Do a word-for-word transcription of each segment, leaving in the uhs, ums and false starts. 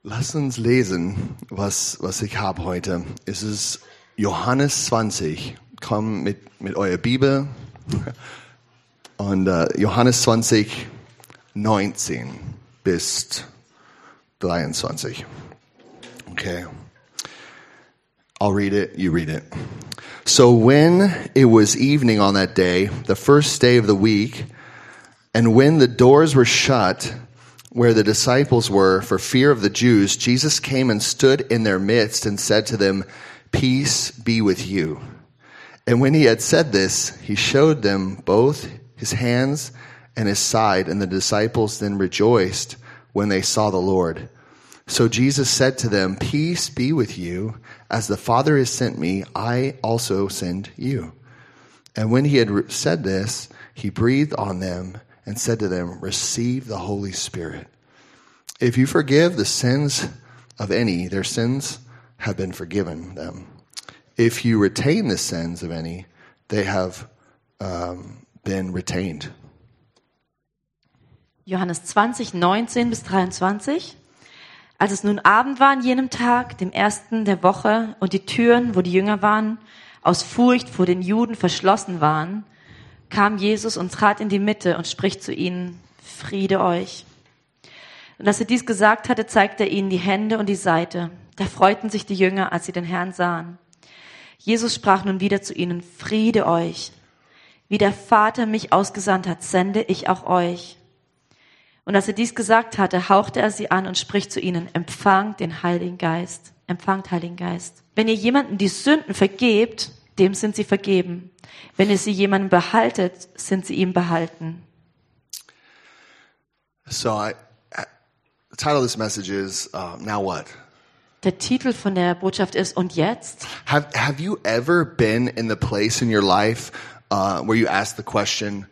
Lass uns lesen, was, was ich habe heute. Es ist Johannes zwanzig. Komm mit, mit eurer Bibel. Und uh, Johannes zwanzig, neunzehn bis dreiundzwanzig. Okay. I'll read it, you read it. So when it was evening on that day, the first day of the week, and when the doors were shut, where the disciples were, for fear of the Jews, Jesus came and stood in their midst and said to them, "Peace be with you." And when he had said this, he showed them both his hands and his side, and the disciples then rejoiced when they saw the Lord. So Jesus said to them, "Peace be with you. As the Father has sent me, I also send you." And when he had said this, he breathed on them and said to them, "Receive the Holy Spirit. If you forgive the sins of any, their sins have been forgiven them. If you retain the sins of any, they have um, been retained." Johannes zwanzig, neunzehn bis dreiundzwanzig. Als es nun Abend war an jenem Tag, dem ersten der Woche, und die Türen, wo die Jünger waren, aus Furcht vor den Juden verschlossen waren, kam Jesus und trat in die Mitte und spricht zu ihnen: "Friede euch." Und als er dies gesagt hatte, zeigte er ihnen die Hände und die Seite. Da freuten sich die Jünger, als sie den Herrn sahen. Jesus sprach nun wieder zu ihnen: "Friede euch. Wie der Vater mich ausgesandt hat, sende ich auch euch." Und als er dies gesagt hatte, hauchte er sie an und spricht zu ihnen: "Empfangt den Heiligen Geist. Empfangt Heiligen Geist. Wenn ihr jemandem die Sünden vergebt, dem sind sie vergeben. Wenn ihr sie jemandem behaltet, sind sie ihm behalten." So I, I, the title of this message is, uh, Now What? Der Titel von der Botschaft ist: Und jetzt? Have, have you ever been in the place in your life uh, where you ask the question,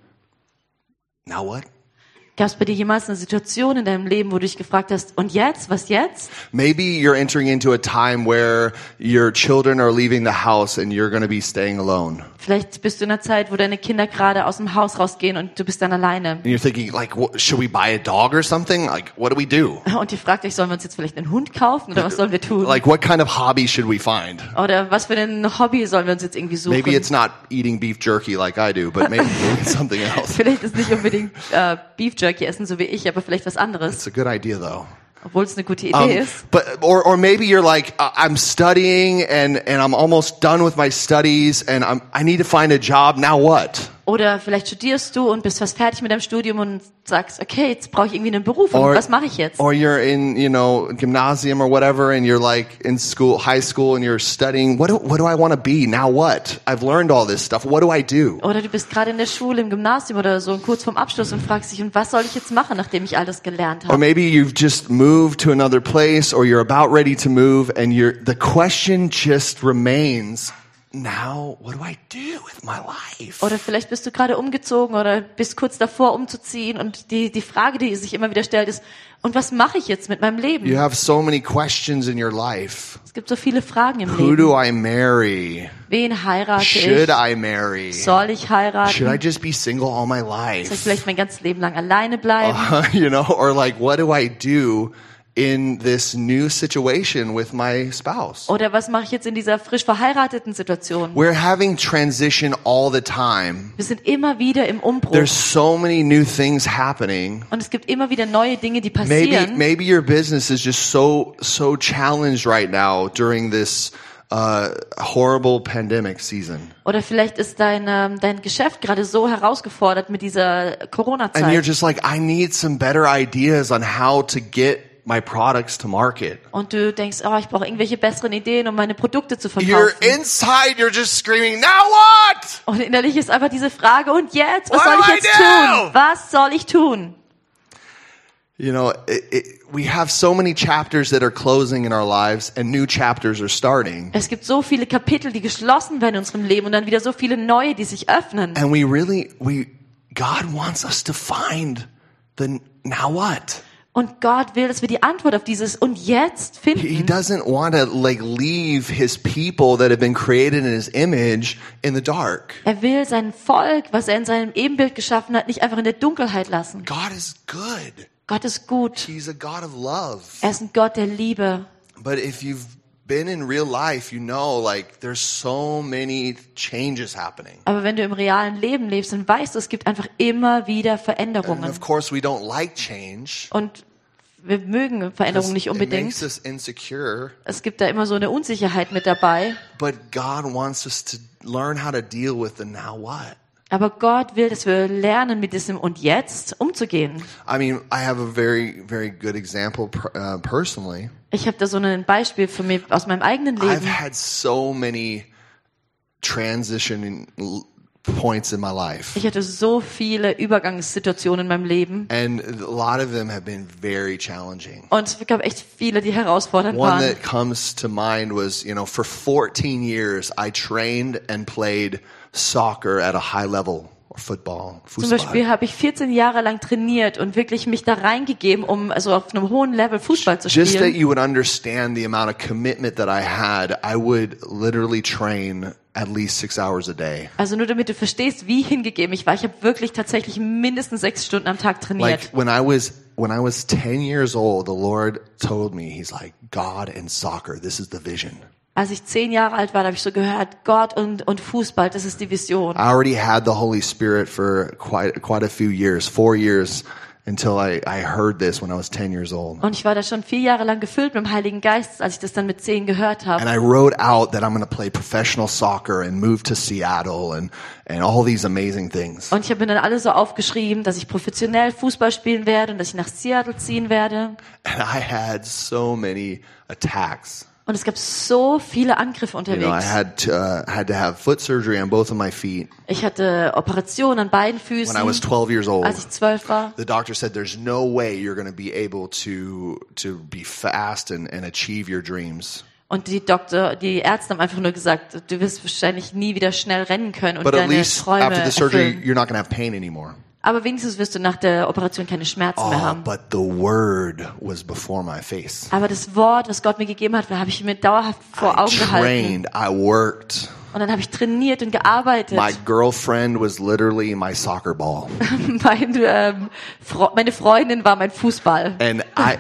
now what? Gab es bei dir jemals eine Situation in deinem Leben, wo du dich gefragt hast: Und jetzt? Was jetzt? Maybe you're entering into a time where your children are leaving the house and you're going to be staying alone. Vielleicht bist du in einer Zeit, wo deine Kinder gerade aus dem Haus rausgehen und du bist dann alleine. And you're thinking, like, what, should we buy a dog or something? Like, what do we do? Und ihr fragt euch, sollen wir uns jetzt vielleicht einen Hund kaufen oder was sollen wir tun? Like, what kind of hobby should we find? Oder was für ein Hobby sollen wir uns jetzt irgendwie suchen? Maybe it's not eating beef jerky like I do, but maybe it's something else. Vielleicht ist nicht unbedingt äh, Beef Jerky essen, so wie ich, aber vielleicht was anderes. It's a good idea, though. Obwohl es eine gute Idee Um, ist. but or or maybe you're like, uh, I'm studying and and I'm almost done with my studies and I'm I need to find a job. Now what? Oder vielleicht studierst du und bist fast fertig mit deinem Studium und sagst: Okay, jetzt brauche ich irgendwie einen Beruf. Und Or- was mache ich jetzt? Or you're in, you know, gymnasium or whatever, and you're like in school, high school, and you're studying. What do, what do I want to be? Now what? I've learned all this stuff. What do I do? Oder du bist gerade in der Schule, im Gymnasium oder so, kurz vorm Abschluss und fragst dich: Und was soll ich jetzt machen, nachdem ich alles gelernt Or habe? maybe you've just moved to another place, or you're about ready to move, and you're the question just remains. Now, what do I do with my life? Oder vielleicht bist du gerade umgezogen oder bist kurz davor umzuziehen und die die Frage, die sich immer wieder stellt, ist: Und was mache ich jetzt mit meinem Leben? You have so many questions in your life. Es gibt so viele Fragen im Who Leben. do I marry? Wen heirate Should ich? I marry? Soll ich heiraten? Should I just be single all my Soll ich life? vielleicht mein ganzes Leben lang alleine bleiben? Uh, you know, or like, what do I do in this new situation with my spouse? Oder was mache ich jetzt in dieser frisch verheirateten Situation? We're having transition all the time. Wir sind immer wieder im Umbruch. There's so many new things happening. Und es gibt immer wieder neue Dinge, die Maybe, passieren. maybe your business is just so, so challenged right now during this uh, horrible pandemic season. Oder vielleicht ist dein, ähm, dein Geschäft gerade so herausgefordert mit dieser And you're Corona-Zeit. just like, I need some better ideas on how to get my products to market. Und du denkst: Oh, ich brauche irgendwelche besseren Ideen, um meine Produkte zu You're verkaufen. inside, you're just screaming, now what? Und innerlich ist einfach diese Frage: Und jetzt? Was What soll do ich I jetzt do? tun? Was soll ich tun? You know, it, it, we have so many chapters that are closing in our lives and new chapters are starting. Es gibt so viele Kapitel, die geschlossen werden in unserem Leben und dann wieder so viele neue, die sich öffnen. And we really, we, God wants us to find the now what? Und Gott will, dass wir die Antwort auf dieses "Und jetzt" He, he finden. doesn't want to like leave his people that have been created in his image in the dark. Er will sein Volk, was er in seinem Ebenbild geschaffen hat, nicht einfach in der Dunkelheit lassen. God is good. Gott ist gut. He's a God of love. Er ist ein Gott der Liebe. But if you've been in real life, you know, like, there's so many changes happening. Aber wenn du im realen Leben lebst, dann weißt du, es gibt einfach immer wieder And Veränderungen. of course, we don't like change. Und wir mögen Veränderungen nicht It makes unbedingt. us insecure. Es gibt da immer so eine Unsicherheit mit dabei. But God wants us to learn how to deal with the now what. Aber Gott will, dass wir lernen, mit diesem und jetzt umzugehen. I mean, I have a very, very good example uh, personally. Ich habe da so ein Beispiel für mich aus meinem eigenen I've Leben. had so many transition points in my life. Ich hatte so viele Übergangssituationen in meinem Leben. And a lot of them have been very challenging. Und es gab echt viele, die herausfordernd One waren. that comes to mind was, you know, for fourteen years, I trained and played soccer at a high level, or football, Zum Beispiel Fußball. habe ich vierzehn Jahre lang trainiert und wirklich mich da reingegeben, um also auf einem hohen Level Fußball zu Just that spielen. you would understand the amount of commitment that I had, I would literally train at least six hours a day. Also nur damit du verstehst, wie hingegeben ich war. Ich habe wirklich tatsächlich mindestens sechs Stunden am Tag trainiert. Like when I was when I was ten years old, the Lord told me, He's like, God and soccer, this is the vision. Als ich zehn Jahre alt war, habe ich so gehört, Gott und, und Fußball, das ist die Vision. I already had the Holy Spirit for quite quite a few years, four years until I, I heard this when I was ten years old. Und ich war da schon vier Jahre lang gefüllt mit dem Heiligen Geist, als ich das dann mit zehn gehört habe. And I wrote out that I'm going to play professional soccer and move to Seattle and and all these amazing things. Und ich habe mir dann alle so aufgeschrieben, dass ich professionell Fußball spielen werde und dass ich nach Seattle ziehen werde. And I had so many attacks. Und es gab so viele Angriffe You know, I unterwegs. had to, uh, had to have foot surgery on both of my feet Ich hatte Operationen an beiden when I was Füßen, twelve years old. als ich zwölf war. The doctor said there's no way you're going to be able to to be fast and, and achieve your dreams. Und die Doktor, die Ärzte haben einfach nur gesagt, du wirst wahrscheinlich nie wieder schnell rennen können und But at deine least Träume after the surgery, erfüllen. you're not going to have pain anymore. Aber wenigstens wirst du nach der Operation keine Schmerzen mehr Oh, haben. but the word was before my face. Aber das Wort, was Gott mir gegeben hat, habe ich mir dauerhaft vor I Augen gehalten. trained, I worked. Und dann habe ich trainiert und gearbeitet. My girlfriend was literally my soccer ball. Mein, ähm, Fro- meine Freundin war mein Fußball. And I,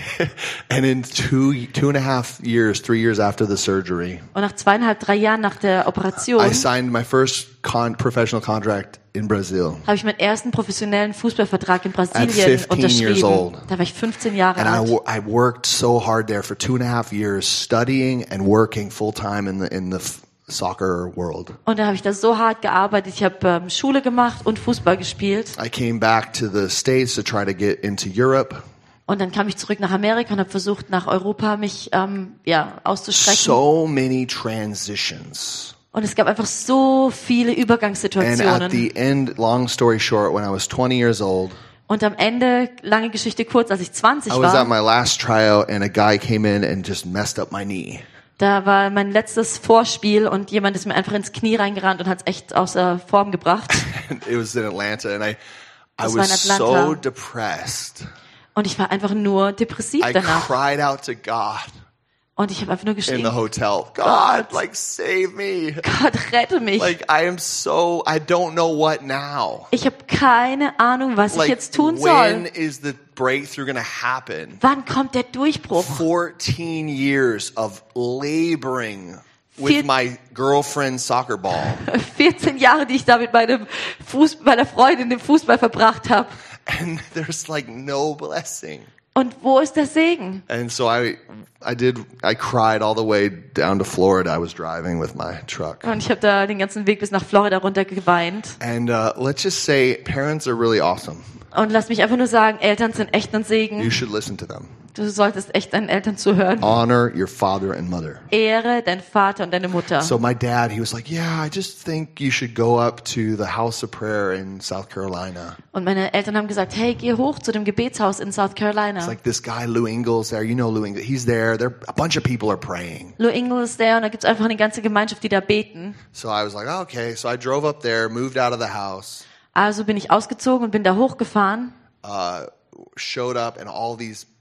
and in two, two and a half years, three years after the surgery, Und nach zweieinhalb, drei Jahren nach der Operation I signed my first con- professional contract in Brazil. habe ich meinen ersten professionellen Fußballvertrag in At Brasilien fifteen years unterschrieben. old. Da war ich fünfzehn Jahre And I, alt. wo- I worked so hard there for two and a half years, studying and working full time in the in the f- soccer world. Und da habe ich da so hart gearbeitet. Ich habe ähm, Schule gemacht und Fußball gespielt. I came back to the States to try to get into Europe. Und dann kam ich zurück nach Amerika und habe versucht, nach Europa mich ähm, ja, auszustrecken. So many transitions. Und es gab einfach so viele And at Übergangssituationen. the end, long story short, when I was twenty years old, Und am Ende, lange Geschichte kurz, als ich zwanzig I was at war, my last tryout and a guy came in and just messed up my knee. da war mein letztes Vorspiel und jemand ist mir einfach ins Knie reingerannt und hat es echt außer Form gebracht. And it was in Atlanta and I I Das war in was Atlanta. so depressed. Und ich war einfach nur depressiv I danach. cried out to God Und ich habe einfach nur in geschrien, the hotel. God, like save me. Gott, rette mich. Like I am so I don't know what now. Ich habe keine Ahnung, was ich Like jetzt tun when soll. is the breakthrough going to happen? Wann kommt der Durchbruch? fourteen years of laboring with Vier- my girlfriend's soccer ball. vierzehn Jahre, die ich da mit meinem Fuß, meiner Freundin im Fußball verbracht habe. And there's like no blessing. Und wo ist der Segen? And so I I did I cried all the way down to Florida. I was driving with my truck. Und ich habe da den ganzen Weg bis nach Florida runter geweint. And uh, let's just say parents are really awesome. Und lass mich einfach nur sagen, Eltern sind echt ein You Segen. should listen to them. Du solltest echt deinen Eltern zuhören. Honor your father and mother. Ehre deinen Vater und deine Mutter. So my dad, he was like, "Yeah, I just think you should go up to the house of prayer in South Carolina. Und meine Eltern haben gesagt, hey, geh hoch zu dem Gebetshaus in South Carolina. It's like this guy Lou Engel's there. You know Lou Engle. He's there. There a bunch of people are praying." Lou Engle ist der und da gibt's einfach eine ganze Gemeinschaft, die da beten. So I was like, oh, "Okay." So I drove up there, moved out of the house, Also bin ich ausgezogen und bin da hochgefahren. uh, showed up, and all these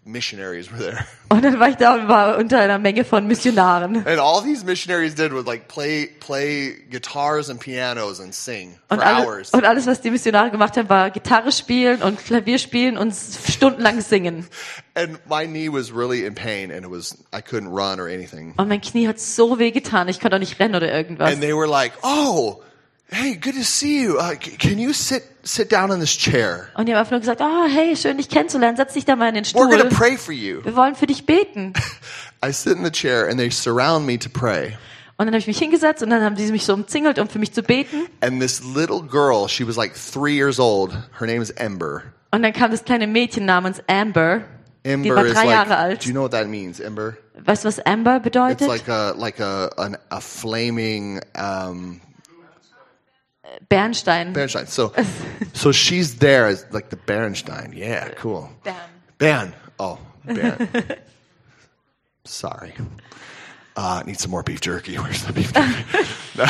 missionaries were there. Und dann war ich da und war unter einer Menge von Missionaren. And all these missionaries did was like play play guitars and pianos and sing for Und, alle, hours. und alles, was die Missionare gemacht haben, war Gitarre spielen und Klavier spielen und stundenlang singen. And my knee was really in pain and it was I couldn't run or anything. Und mein Knie hat so weh getan, ich konnte auch nicht rennen oder irgendwas. And they were like, "Oh, hey, good to see you. Uh, c- can you sit sit down in this chair? Und die haben einfach nur gesagt, oh, hey, schön dich kennenzulernen, setz dich da mal in den We're going to Stuhl. pray for you." Wir wollen für dich beten. I sit in the chair and they surround me to pray. Und dann habe ich mich hingesetzt und dann haben die mich so umzingelt, um für mich zu beten. And this little girl, she was like three years old. Her name is Ember. Und dann kam das kleine Mädchen namens Amber. Die Ember war is drei Jahre like, alt. do you know what that means, Ember? Weißt du, was Amber It's bedeutet? like a like a an, a flaming um, Bernstein. Bernstein. So so she's there as like the Bernstein. Yeah, cool. Bern. Bern. Oh, Bern. Sorry. Uh, need some more beef jerky. Where's the beef jerky?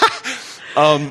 um,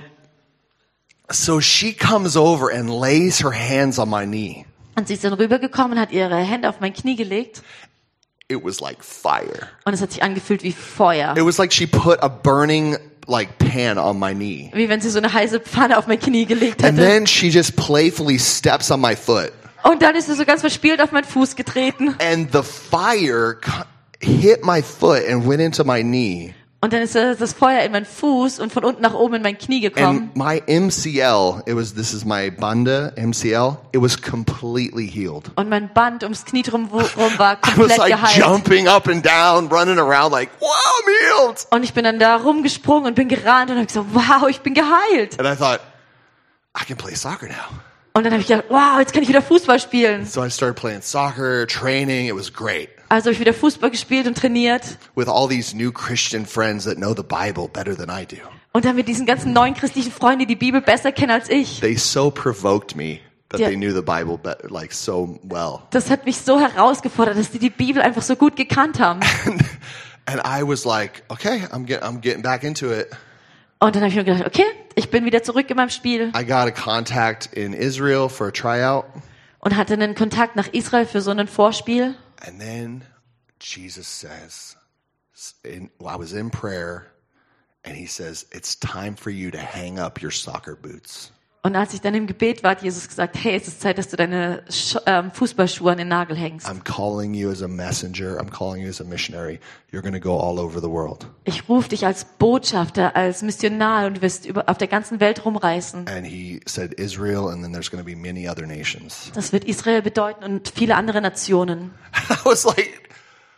so she comes over and lays her hands on my knee. Und sie ist dann rübergekommen und hat ihre Hände auf mein Knie gelegt. It was like fire. Und es hat sich angefühlt wie Feuer. It was like she put a burning like pan on my knee. Wie wenn sie so eine heiße Pfanne auf mein Knie gelegt And hätte. then she just playfully steps on my foot. Und dann ist sie so ganz verspielt auf meinen Fuß getreten. And the fire co- hit my foot and went into my knee. Und dann ist das Feuer in meinen Fuß und von unten nach oben in mein Knie gekommen. And my M C L, it was, this is my Banda M C L, it was completely healed. Und mein Band ums Knie drum rum war I was komplett like geheilt. jumping up and down, running around like, wow, I'm healed. Und ich bin dann da rumgesprungen und bin gerannt und habe gesagt, wow, ich bin geheilt. And I thought, I can play soccer now. Und dann habe ich gedacht, wow, jetzt kann ich wieder Fußball spielen. So I started playing soccer, training, it was great. Also habe ich wieder Fußball gespielt und trainiert. With all these new Christian friends that know the Bible better than I do. Und dann mit diesen ganzen neuen christlichen Freunden, die die Bibel besser kennen als ich. They so provoked me that Yeah. they knew the Bible be- like so well. Das hat mich so herausgefordert, dass die die Bibel einfach so gut gekannt haben. And I was like, okay, I'm get, I'm getting back into it. Und dann habe ich mir gedacht, okay, ich bin wieder zurück in meinem Spiel. I got a contact in Israel for a tryout. Und hatte einen Kontakt nach Israel für so ein Vorspiel. And then Jesus says, in, well, I was in prayer, and he says, it's time for you to hang up your soccer boots. Und als ich dann im Gebet war, hat Jesus gesagt, hey, es ist Zeit, dass du deine Sch- ähm, Fußballschuhe an den Nagel hängst. I'm calling you as a messenger. I'm calling you as a missionary. You're going to go all over the world. Ich rufe dich als Botschafter, als Missionar und du wirst über, auf der ganzen Welt rumreisen. And he said Israel, and then there's going to be many other nations. Das wird Israel bedeuten und viele andere Nationen. I was like,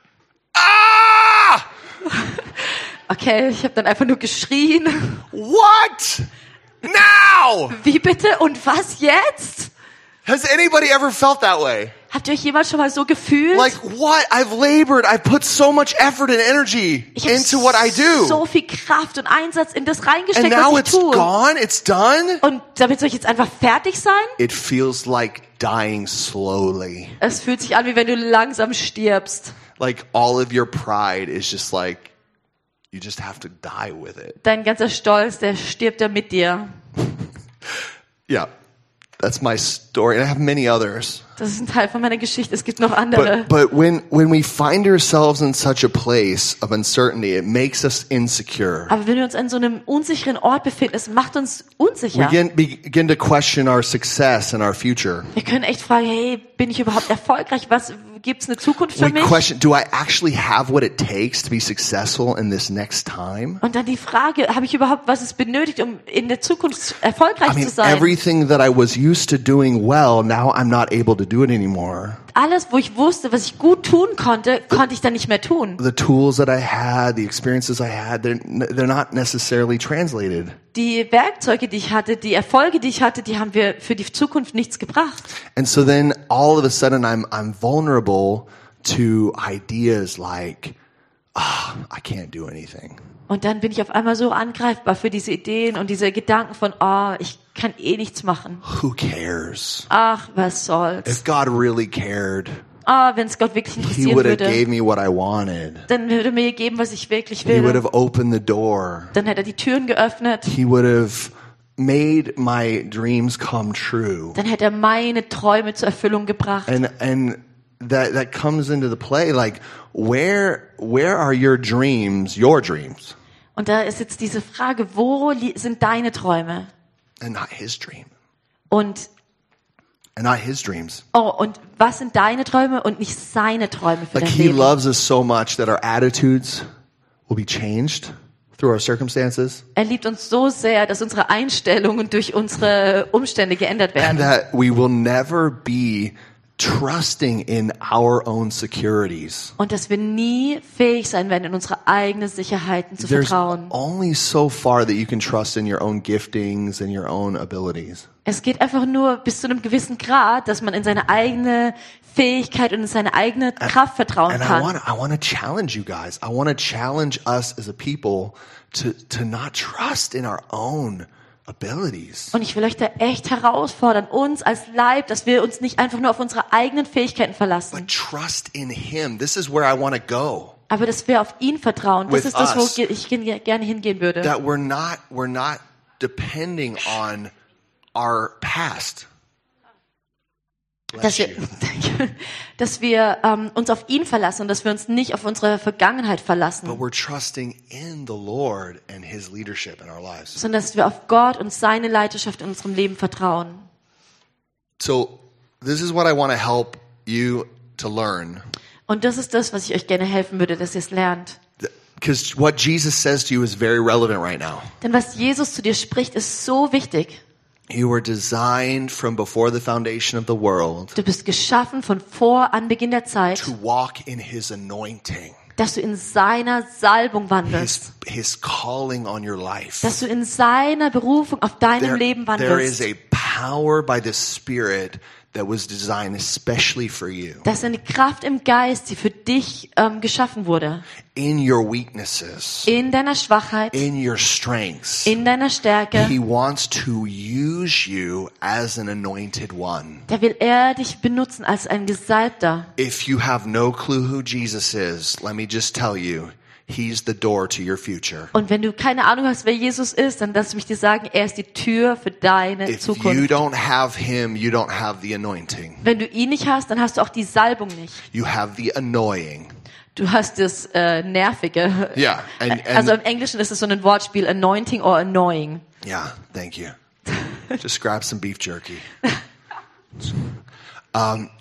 ah! Okay, ich habe dann einfach nur geschrien. What? Now! Wie bitte und was jetzt? Has anybody ever felt that way? Habt ihr euch jemals schon mal so gefühlt? Like, what? I've labored. I've put so much effort and energy Ich habe into what I do. so viel Kraft und Einsatz in das And reingesteckt, now was it's ich tue. gone. It's done. Und damit soll ich jetzt einfach fertig sein? It feels like dying slowly. Es fühlt sich an, wie wenn du langsam stirbst. Like all of your pride is just like, you just have to die with it. Dein ganzer Stolz, der stirbt da mit dir. Yeah, that's my story. And I have many others. Das ist ein Teil von meiner Geschichte. Es gibt noch andere. But but when when we find ourselves in such a place of uncertainty, it makes us insecure. Aber wenn wir uns an so einem unsicheren Ort befinden, es macht uns We unsicher. begin, begin to question our success and our future. Wir können echt fragen, hey, bin ich überhaupt erfolgreich? Was gibt's eine Zukunft für We mich? question, do I actually have what it takes to be successful in this next time? Und dann die Frage, habe ich überhaupt, was es benötigt, um in der Zukunft erfolgreich I mean, zu sein? everything that I was used to doing well, now I'm not able to do it anymore. Alles, wo ich wusste, was ich gut tun konnte, konnte ich dann nicht mehr tun. The tools that I had, the experiences I had, they're, they're not necessarily translated. Die Werkzeuge, die ich hatte, die Erfolge, die ich hatte, die haben wir für die Zukunft nichts gebracht. And so then all of a sudden I'm, I'm vulnerable to ideas like, ah, I can't do anything. Und dann bin ich auf einmal so angreifbar für diese Ideen und diese Gedanken von, oh, ich kann eh nichts machen. Who cares? Ach, was soll's. If God really cared, Ah, wenn es Gott wirklich He interessieren would have würde, gave me what I wanted. dann würde er mir geben, was ich wirklich He would will. have opened the door. Dann hätte er die Türen geöffnet. He would have made my dreams come true. Dann hätte er meine Träume zur Erfüllung gebracht. And and that that comes into the play. Like, where where are your dreams? Your dreams, Und da ist jetzt diese Frage, wo li- sind deine Träume? and not his dream, Und and not his dreams. oh, und was sind deine Träume und nicht seine Träume für Like dein he Leben? loves us so much that our attitudes will be changed through our circumstances, Er liebt uns so sehr, dass unsere Einstellungen durch unsere Umstände geändert werden. and that we will never be trusting in our own securities. Und dass wir nie fähig sein werden, in unsere eigenen Sicherheiten zu There's vertrauen. only so far that you can trust in your own giftings and your own abilities. Es geht einfach nur bis zu einem gewissen Grad, dass man in seine eigene Fähigkeit und in seine eigene Kraft vertrauen And I kann. want I want to challenge you guys. I want to challenge us as a people to to not trust in our own abilities. Und ich will euch da echt herausfordern, uns als Leib, dass wir uns nicht einfach nur auf unsere eigenen Fähigkeiten verlassen, But trust in him. This is where I want to go. aber dass wir auf ihn vertrauen. Das With ist das, wo us. ich ge- gerne hingehen würde. That we're not we're not depending on our past. Bless Dass wir, you. dass wir ähm, uns auf ihn verlassen und dass wir uns nicht auf unsere Vergangenheit But verlassen, we're trusting in the Lord and his leadership in our lives. sondern dass wir auf Gott und seine Leiterschaft in unserem Leben vertrauen. So this is what I want to help you to learn. Und das ist das, was ich euch gerne helfen würde, dass ihr es lernt. Because what Jesus says to you is very relevant right now. Denn was Jesus zu dir spricht, ist so wichtig. You were designed from before the foundation of the world Du bist geschaffen von vor Anbeginn der Zeit, to walk in his anointing, dass du in seiner Salbung wandelst, his, his calling on your life. dass du in seiner Berufung auf deinem There, Leben there is wandelst. a power by the Spirit that was designed especially for you. Das ist eine Kraft im Geist, die für dich ähm, geschaffen wurde. In your weaknesses, In deiner Schwachheit, in your strengths. in deiner Stärke. He wants to use you as an anointed one. Da will er dich benutzen als ein Gesalbter. If you have no clue who Jesus is, let me just tell you, he's the door to your future. Und wenn du keine Ahnung hast, wer Jesus ist, dann lass mich dir sagen, er ist die Tür für deine If you Zukunft. don't have him, you don't have the anointing. Wenn du ihn nicht hast, dann hast du auch die Salbung nicht. You have the annoying. Du hast das äh, Nervige. Yeah, and, and Also im Englischen ist es so ein Wortspiel, anointing or annoying. yeah, thank you. Just grab some beef jerky. Um,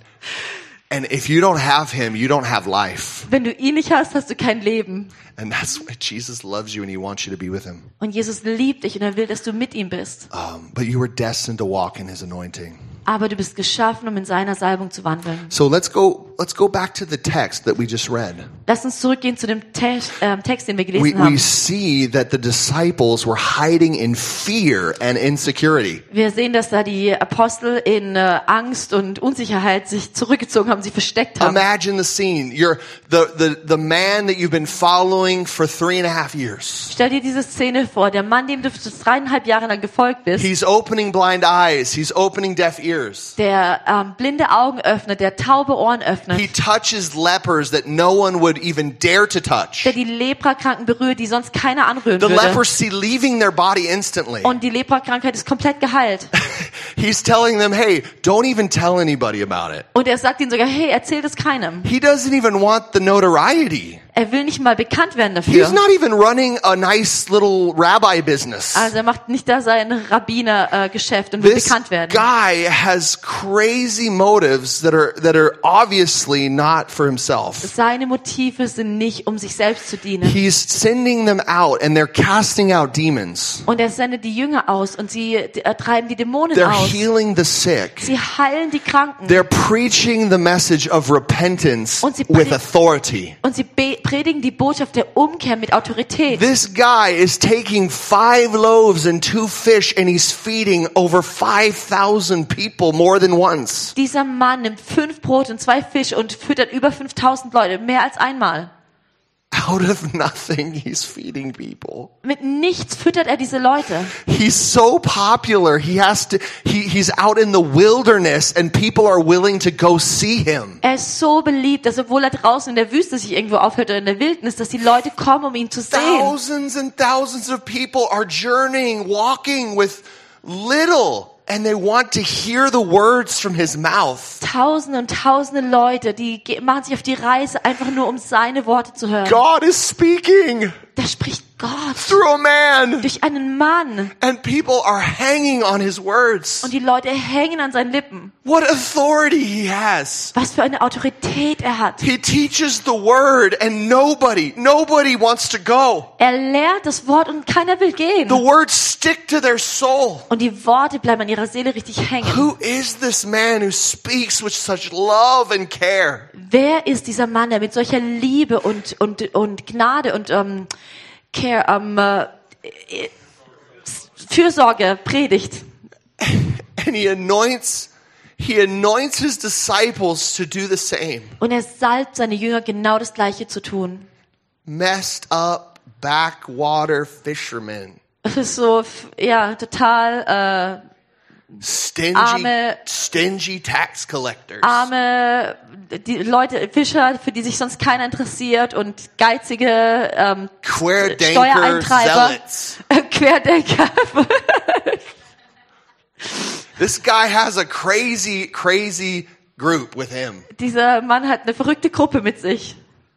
and if you don't have him, you don't have life. Wenn du ihn nicht hast, hast du kein Leben. And that's why Jesus loves you and he wants you to be with him. Und Jesus liebt dich und er will, dass du mit ihm bist. Um, but you were destined to walk in his anointing. Aber du bist geschaffen, um in seiner Salbung zu wandeln. So let's go. Let's go back to the text that we just read. Lass uns zurückgehen zu dem Te ähm, Text, den wir We gelesen we haben. see that the disciples were hiding in fear and insecurity. Wir sehen, dass da die Apostel in äh, Angst und Unsicherheit sich zurückgezogen haben, sie versteckt haben. Imagine the scene. You're the the the man that you've been following for three and a half years. Stell dir diese Szene vor, der Mann, dem du dreieinhalb Jahre lang gefolgt bist, He's opening blind eyes. He's opening deaf ears. der ähm, blinde Augen öffnet, der taube Ohren öffnet, He touches lepers that no one would even dare to touch. der die Leprakranken berührt, die sonst keiner anrühren The würde. leprosy leaving their body instantly. Und die Leprakrankheit ist komplett geheilt. He's telling them, hey, don't even tell anybody about it. Und er sagt ihnen sogar, hey, erzählt es keinem. He doesn't even want the notoriety. Er will nicht mal bekannt werden He's dafür. not even running a nice little rabbi business. Also er macht nicht da sein Rabbinergeschäft und will This bekannt werden. guy has crazy motives that are that are obviously not for himself. Seine Motive sind nicht, um sich selbst zu dienen. He's sending them out and they're casting out demons. Und er sendet die Jünger aus und sie äh, treiben die Dämonen They're aus. healing the sick. Sie heilen die Kranken. They're preaching the message of repentance Und sie with pre- authority. Und sie be- predigen die Botschaft der Umkehr mit Autorität. This guy is taking five loaves and two fish and he's feeding over five thousand people more than once. Dieser Mann nimmt fünf Brot und zwei Fische und füttert über fünftausend Leute, mehr als einmal. Out of nothing, he's feeding people. Mit nichts füttert er diese Leute. He's so popular. He has to, he, he's out in the wilderness and people are willing to go see him. Er ist so beliebt, dass obwohl er draußen in der Wüste sich irgendwo aufhält oder in der Wildnis, dass die Leute kommen, um ihn zu sehen. Thousands and thousands of people are journeying, walking with little and they want to hear the words from his mouth. Tausende und tausende Leute, die ge- machen sich auf die Reise, einfach nur um seine Worte zu hören. God is speaking Da spricht Gott through a man, durch einen Mann. and people are hanging on his words. Und die Leute hängen an seinen Lippen. What authority he has. Was für eine Autorität er hat. He teaches the word, and nobody, nobody wants to go. Er lehrt das Wort und keiner will gehen. The words stick to their soul. Und die Worte bleiben an ihrer Seele richtig hängen. Who is this man who speaks with such love and care? Wer ist dieser Mann, der mit solcher Liebe und und und Gnade und ähm, Care, ähm, äh, Fürsorge predigt? And he anoints, he anoints his disciples to do the same. Und er salbt seine Jünger, genau das Gleiche zu tun. Messed up backwater fishermen. Es ist so, f- ja, total Stingy, Arme- stingy tax collectors. äh, arme, die Leute, Fischer, für die sich sonst keiner interessiert und geizige ähm, Querdenker Steuereintreiber, zealots. Querdenker. This guy has a crazy, crazy group with him. Dieser Mann hat eine verrückte Gruppe mit sich.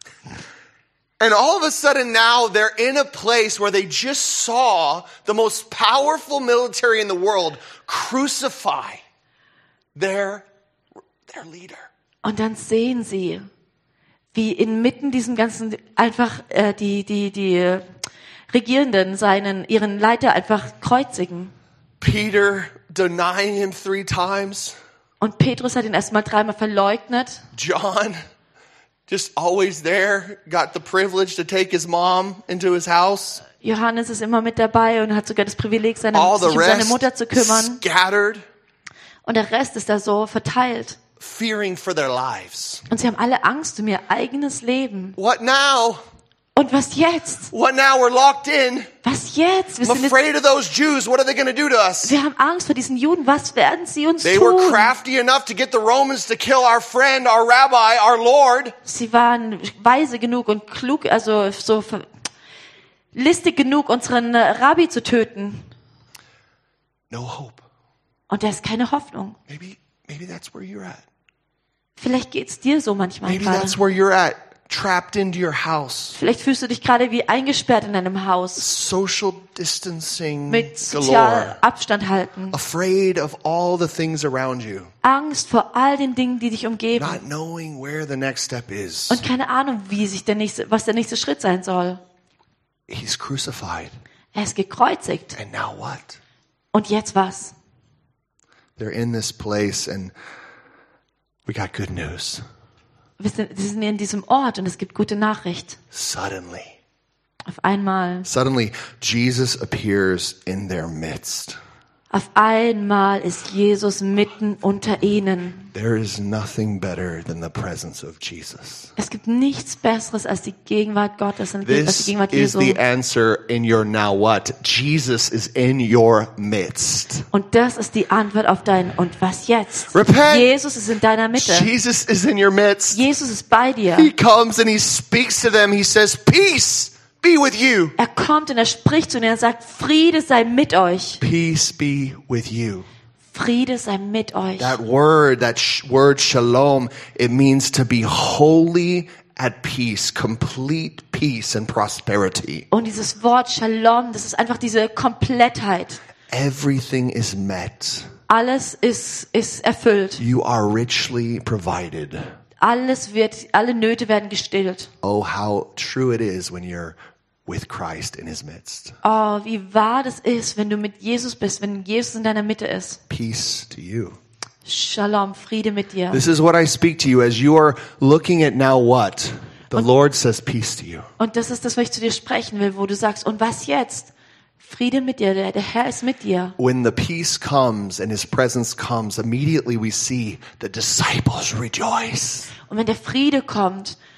And all of a sudden now they're in a place where they just saw the most powerful military in the world crucify their, their leader. Und dann sehen sie, wie inmitten diesem ganzen einfach äh, die die die äh, Regierenden seinen ihren Leiter einfach kreuzigen. Peter denying him three times. Und Petrus hat ihn erstmal dreimal verleugnet. John just always there, got the privilege to take his mom into his house. Johannes ist immer mit dabei und hat sogar das Privileg, seine, All sich the um seine rest Mutter zu kümmern. scattered, Und der Rest ist da so verteilt. fearing for their lives. Und sie haben alle Angst um ihr eigenes Leben. What now? Und was jetzt? What now? We're locked in. Was jetzt? Wir, I'm sind jetzt, afraid of those Jews. What are they going to do to us? wir haben Angst vor diesen Juden. Was werden sie uns They were tun? crafty enough to get the Romans to kill our friend, our rabbi, our Lord. Sie waren weise genug und klug, also so ver- listig genug, unseren äh, Rabbi zu töten. No hope. Und da ist keine Hoffnung. Maybe, maybe that's where you're at. Vielleicht geht's dir so manchmal Maybe gerade. that's where you're at, trapped into your house. Vielleicht fühlst du dich gerade wie eingesperrt in einem Haus. Social distancing Mit sozial galore. Abstand halten. Afraid of all the things around you. Angst vor all den Dingen, die dich umgeben. Not knowing where the next step is. Und keine Ahnung, wie sich der nächste, was der nächste Schritt sein soll. He's crucified. Er ist gekreuzigt. And now what? Und jetzt was? They're in this place and we got good news. Wir sind, wir sind in diesem Ort und es gibt gute Nachricht. Suddenly, Auf einmal, suddenly Jesus appears in their midst. auf einmal ist Jesus mitten unter ihnen. There is nothing better than the presence of Jesus. Es gibt nichts Besseres als die Gegenwart Gottes, als die This Gegenwart is Jesu. the answer in your now what? Jesus is in your midst. Und das ist die Antwort auf dein Und was jetzt? Repent. Jesus ist in deiner Mitte. Jesus is in your midst. Jesus ist bei dir. He comes and he speaks to them. He says, peace be with you. Er kommt und er spricht zu ihnen und er sagt, Friede sei mit euch. Peace be with you. Friede sei mit euch. That word, that sh- word shalom, it means to be wholly at peace, complete peace and prosperity. Und dieses Wort Shalom, das ist einfach diese Komplettheit. Everything is met. Alles ist, ist erfüllt. You are richly provided. Alles wird, alle Nöte werden gestillt. Oh, how true it is when you're with Christ in his midst. Oh, wie wahr das ist, wenn du mit Jesus bist, wenn Jesus in deiner Mitte ist. Peace to you. Shalom, Friede mit dir. This is what I speak to you as you are looking at now what? The Lord says peace to you. Und das ist das, was ich zu dir sprechen will, wo du sagst, und was jetzt? Friede mit dir, der, der Herr ist mit dir. When the peace comes and his presence comes, immediately we see the disciples rejoice. Und wenn der Friede kommt,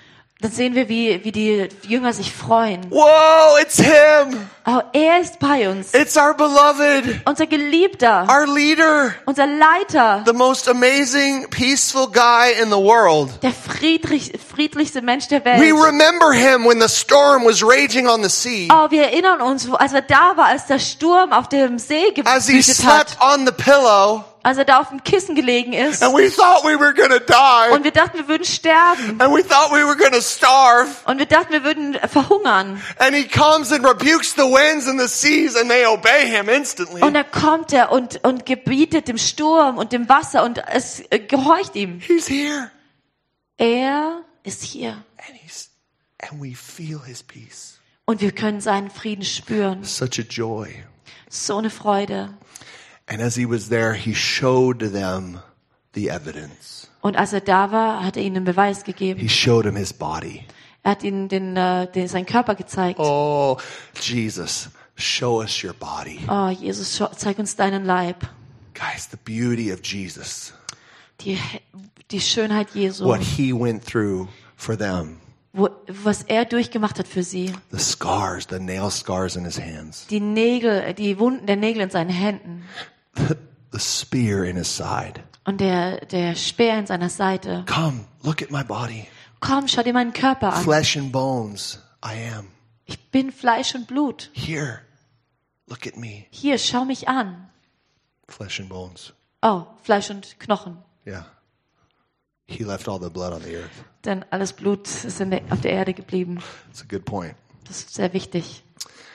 Dann sehen wir, wie, wie die Jünger sich freuen. Whoa, it's him. Oh, er ist bei uns. It's our beloved, Unser Geliebter. our leader, Unser Leiter. the most amazing, peaceful guy in the world. Der friedlich, friedlichste Mensch der We Welt. remember him when the storm was raging on the sea. Oh, wir erinnern uns, wo- als er da war, als der Sturm auf dem See As he gewütet hat. slept on the pillow, Als er da auf dem Kissen gelegen ist. and we thought we were gonna die, Und wir dachten, wir würden sterben. and we thought we were gonna starve. Und wir dachten, wir würden verhungern. And he comes and rebukes the winds and the seas, and they obey him instantly. Und dann kommt er und, und gebietet dem Sturm und dem Wasser und es äh, gehorcht ihm. He's here, Er ist hier. and he's, and we feel his peace. Und wir können seinen Frieden spüren. Such a joy. So eine Freude. And as he was there, he showed them the evidence. Und als er da war, hat er ihnen einen Beweis gegeben. He showed him his body. Er hat ihnen den, äh, den, seinen Körper gezeigt. Oh, Jesus, show us your body. Oh, Jesus, schau- zeig uns deinen Leib. Guys, the beauty of Jesus, Die, die Schönheit Jesu. what he went through for them, Wo, was er durchgemacht hat für sie. the scars, the nail scars in his hands, Die Nägel, die Wunden der Nägel in seinen Händen. the spear in his side. Und der, der Speer in seiner Seite. Come, look at my body. Komm, schau dir meinen Körper an. Flesh and bones, I am. Ich bin Fleisch und Blut. Here, look at me. Hier, schau mich an. Flesh and bones. Oh, Fleisch und Knochen. Yeah. He left all the blood on the earth. Denn alles Blut ist in der, auf der Erde geblieben. That's a good point. Das ist sehr wichtig.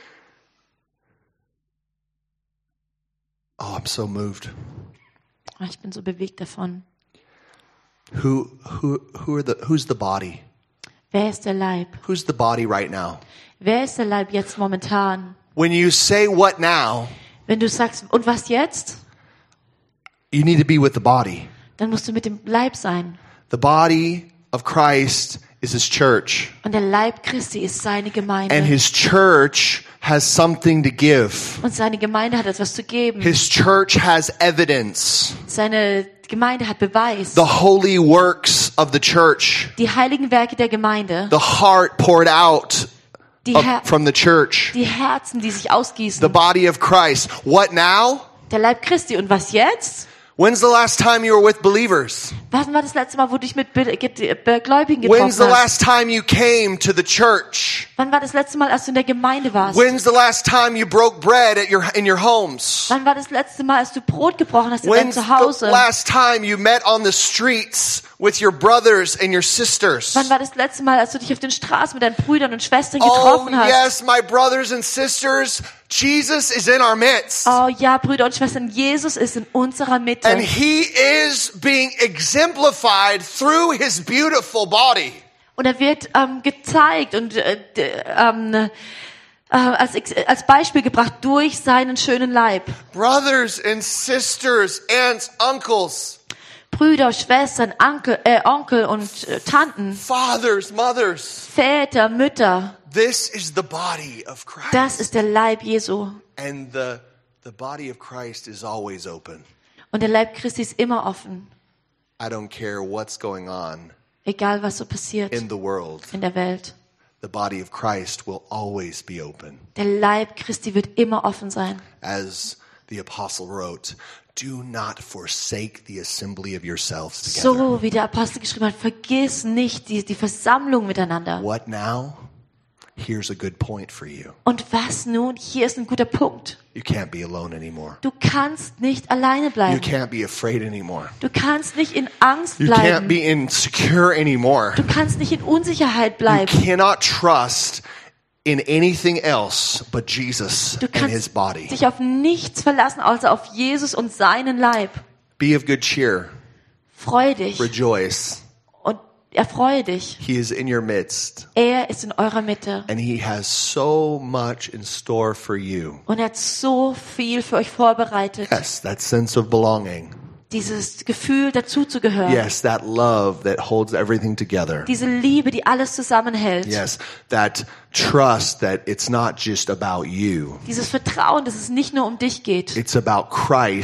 Oh, I'm so moved. Oh, ich bin so bewegt davon. Who who who are the who's the body? Wer ist der Leib? Who's the body right now? Wer ist der Leib jetzt momentan? When you say what now, Wenn du sagst, und was jetzt? you need to be with the body. Dann musst du mit dem Leib sein. The body of Christ is his church. Und der Leib Christi ist seine Gemeinde. And his church has something to give. Und seine Gemeinde hat etwas zu geben. His church has evidence. Seine Gemeinde hat Beweis. The holy works of the church. Die heiligen Werke der Gemeinde. The heart poured out Die, of- Her from the church. die Herzen, die sich ausgießen. The body of Christ. What now? Der Leib Christi. Und was jetzt? When's the last time you were with believers? Wann war das letzte Mal, wo du dich mit Be Ge Be Gläubigen When's the getroffen hast? last time you came to the church? Wann war das letzte Mal, als du in der Gemeinde warst? When's the last time you broke bread at your in your homes? Wann war das letzte Mal, als du Brot gebrochen hast in deinem When's the Zuhause? last time you met on the streets with your brothers and your sisters? Wann war das letzte Mal, als du dich auf den Straßen mit deinen Brüdern und Schwestern Oh getroffen hast? yes, my brothers and sisters, Jesus is in our midst. Oh ja, Brüder und Schwestern, Jesus ist in unserer Mitte. And he is being exemplified through his beautiful body. Und er wird ähm, gezeigt und äh, d- ähm, äh, als, Ex- als Beispiel gebracht durch seinen schönen Leib. Brothers and sisters, aunts, uncles, Brüder, Schwestern, Onkel, äh, Onkel und äh, Tanten, fathers, mothers. Väter, Mütter. This is the body of Christ. Das ist der Leib Jesu. And the the body of Christ is always open. Und der Leib Christi ist immer offen. I don't care what's going on Egal, was so passiert in the world. in der Welt. The body of Christ will always be open. Der Leib Christi wird immer offen sein. As the apostle wrote, do not forsake the assembly of yourselves together. So wie der Apostel geschrieben hat, vergiss nicht die, die Versammlung miteinander. What now? Here's a good point for you. Und was nun? Hier ist ein guter Punkt. You can't be alone anymore. Du kannst nicht alleine You bleiben. can't be afraid anymore. Du kannst nicht in Angst You can't bleiben. be insecure anymore. Du kannst nicht in Unsicherheit You bleiben. cannot trust in anything else but Jesus Du and his kannst body. dich auf nichts verlassen, außer auf Jesus und seinen Leib. Be of good cheer. Freu dich Rejoice. und erfreue dich. He is in your midst. Er ist in eurer Mitte. And he has so much in store for you. Und er hat so viel für euch vorbereitet. Yes, that sense of belonging. Dieses Gefühl, dazuzugehören. Yes, that love that holds everything together. Diese Liebe, die alles zusammenhält. Yes, that trust that it's not just about you. Dieses Vertrauen, dass es nicht nur um dich geht. It's about Christ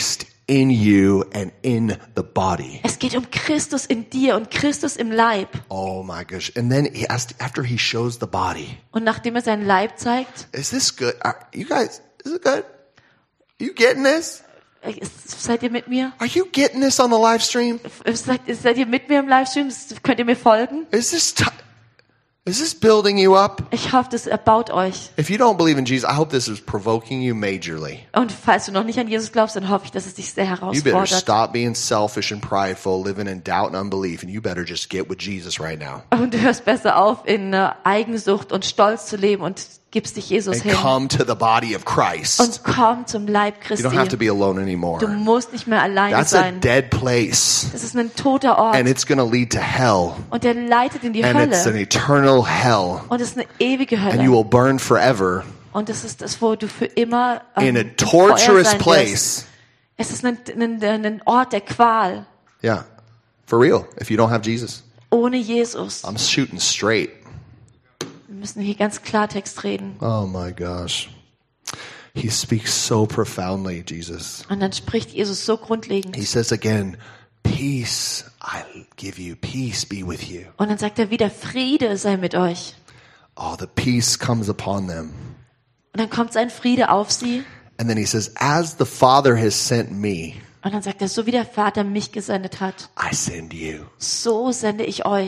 in you and in the body. Es geht um Christus in dir und Christus im Leib. Oh my gosh. And then he asked, after he shows the body, Und nachdem er seinen Leib zeigt, is this good? Are you guys, is it good? You getting this? äh, ist- seid ihr mit mir? Are you getting this on the live stream? Seid, seid ihr mit mir im Livestream? Könnt ihr mir folgen? Is this, t- is this building you up? Ich hoffe, das erbaut euch. If you don't believe in Jesus, I hope this is provoking you majorly. Und falls du noch nicht an Jesus glaubst, dann hoffe ich, dass es dich sehr You better herausfordert. stop being selfish and prideful, living in doubt and unbelief, and you better just get with Jesus right now. Und du hörst besser auf, in äh, Eigensucht und Stolz zu leben und gibst dich Jesus And hin. come to the body of Christ. Und komm zum Leib You don't have to Christi. be alone Du anymore. musst nicht mehr alleine That's a sein. dead place, Das ist ein toter Ort. and it's going to lead to hell, Und der leitet in die and it's an Hölle. eternal hell, Und es ist eine ewige and you Hölle. will burn forever Und das ist das, wo du für immer in ähm, a im Feuer torturous sein wirst. place. Es ist ein, ein, ein Ort der Qual. Yeah, for real, if you don't have Jesus. Ohne Jesus. I'm shooting straight. Wir müssen hier ganz Klartext reden. Oh my gosh. He speaks so profoundly, Jesus. Und dann spricht Jesus so grundlegend. He says again, peace I give you, peace be with you. Und dann sagt er wieder, Friede sei mit euch. Oh, the peace comes upon them. Und dann kommt sein Friede auf sie. And then he says, as the Father has sent me, Und dann sagt er, so wie der Vater mich gesendet hat, I send you. so sende ich euch.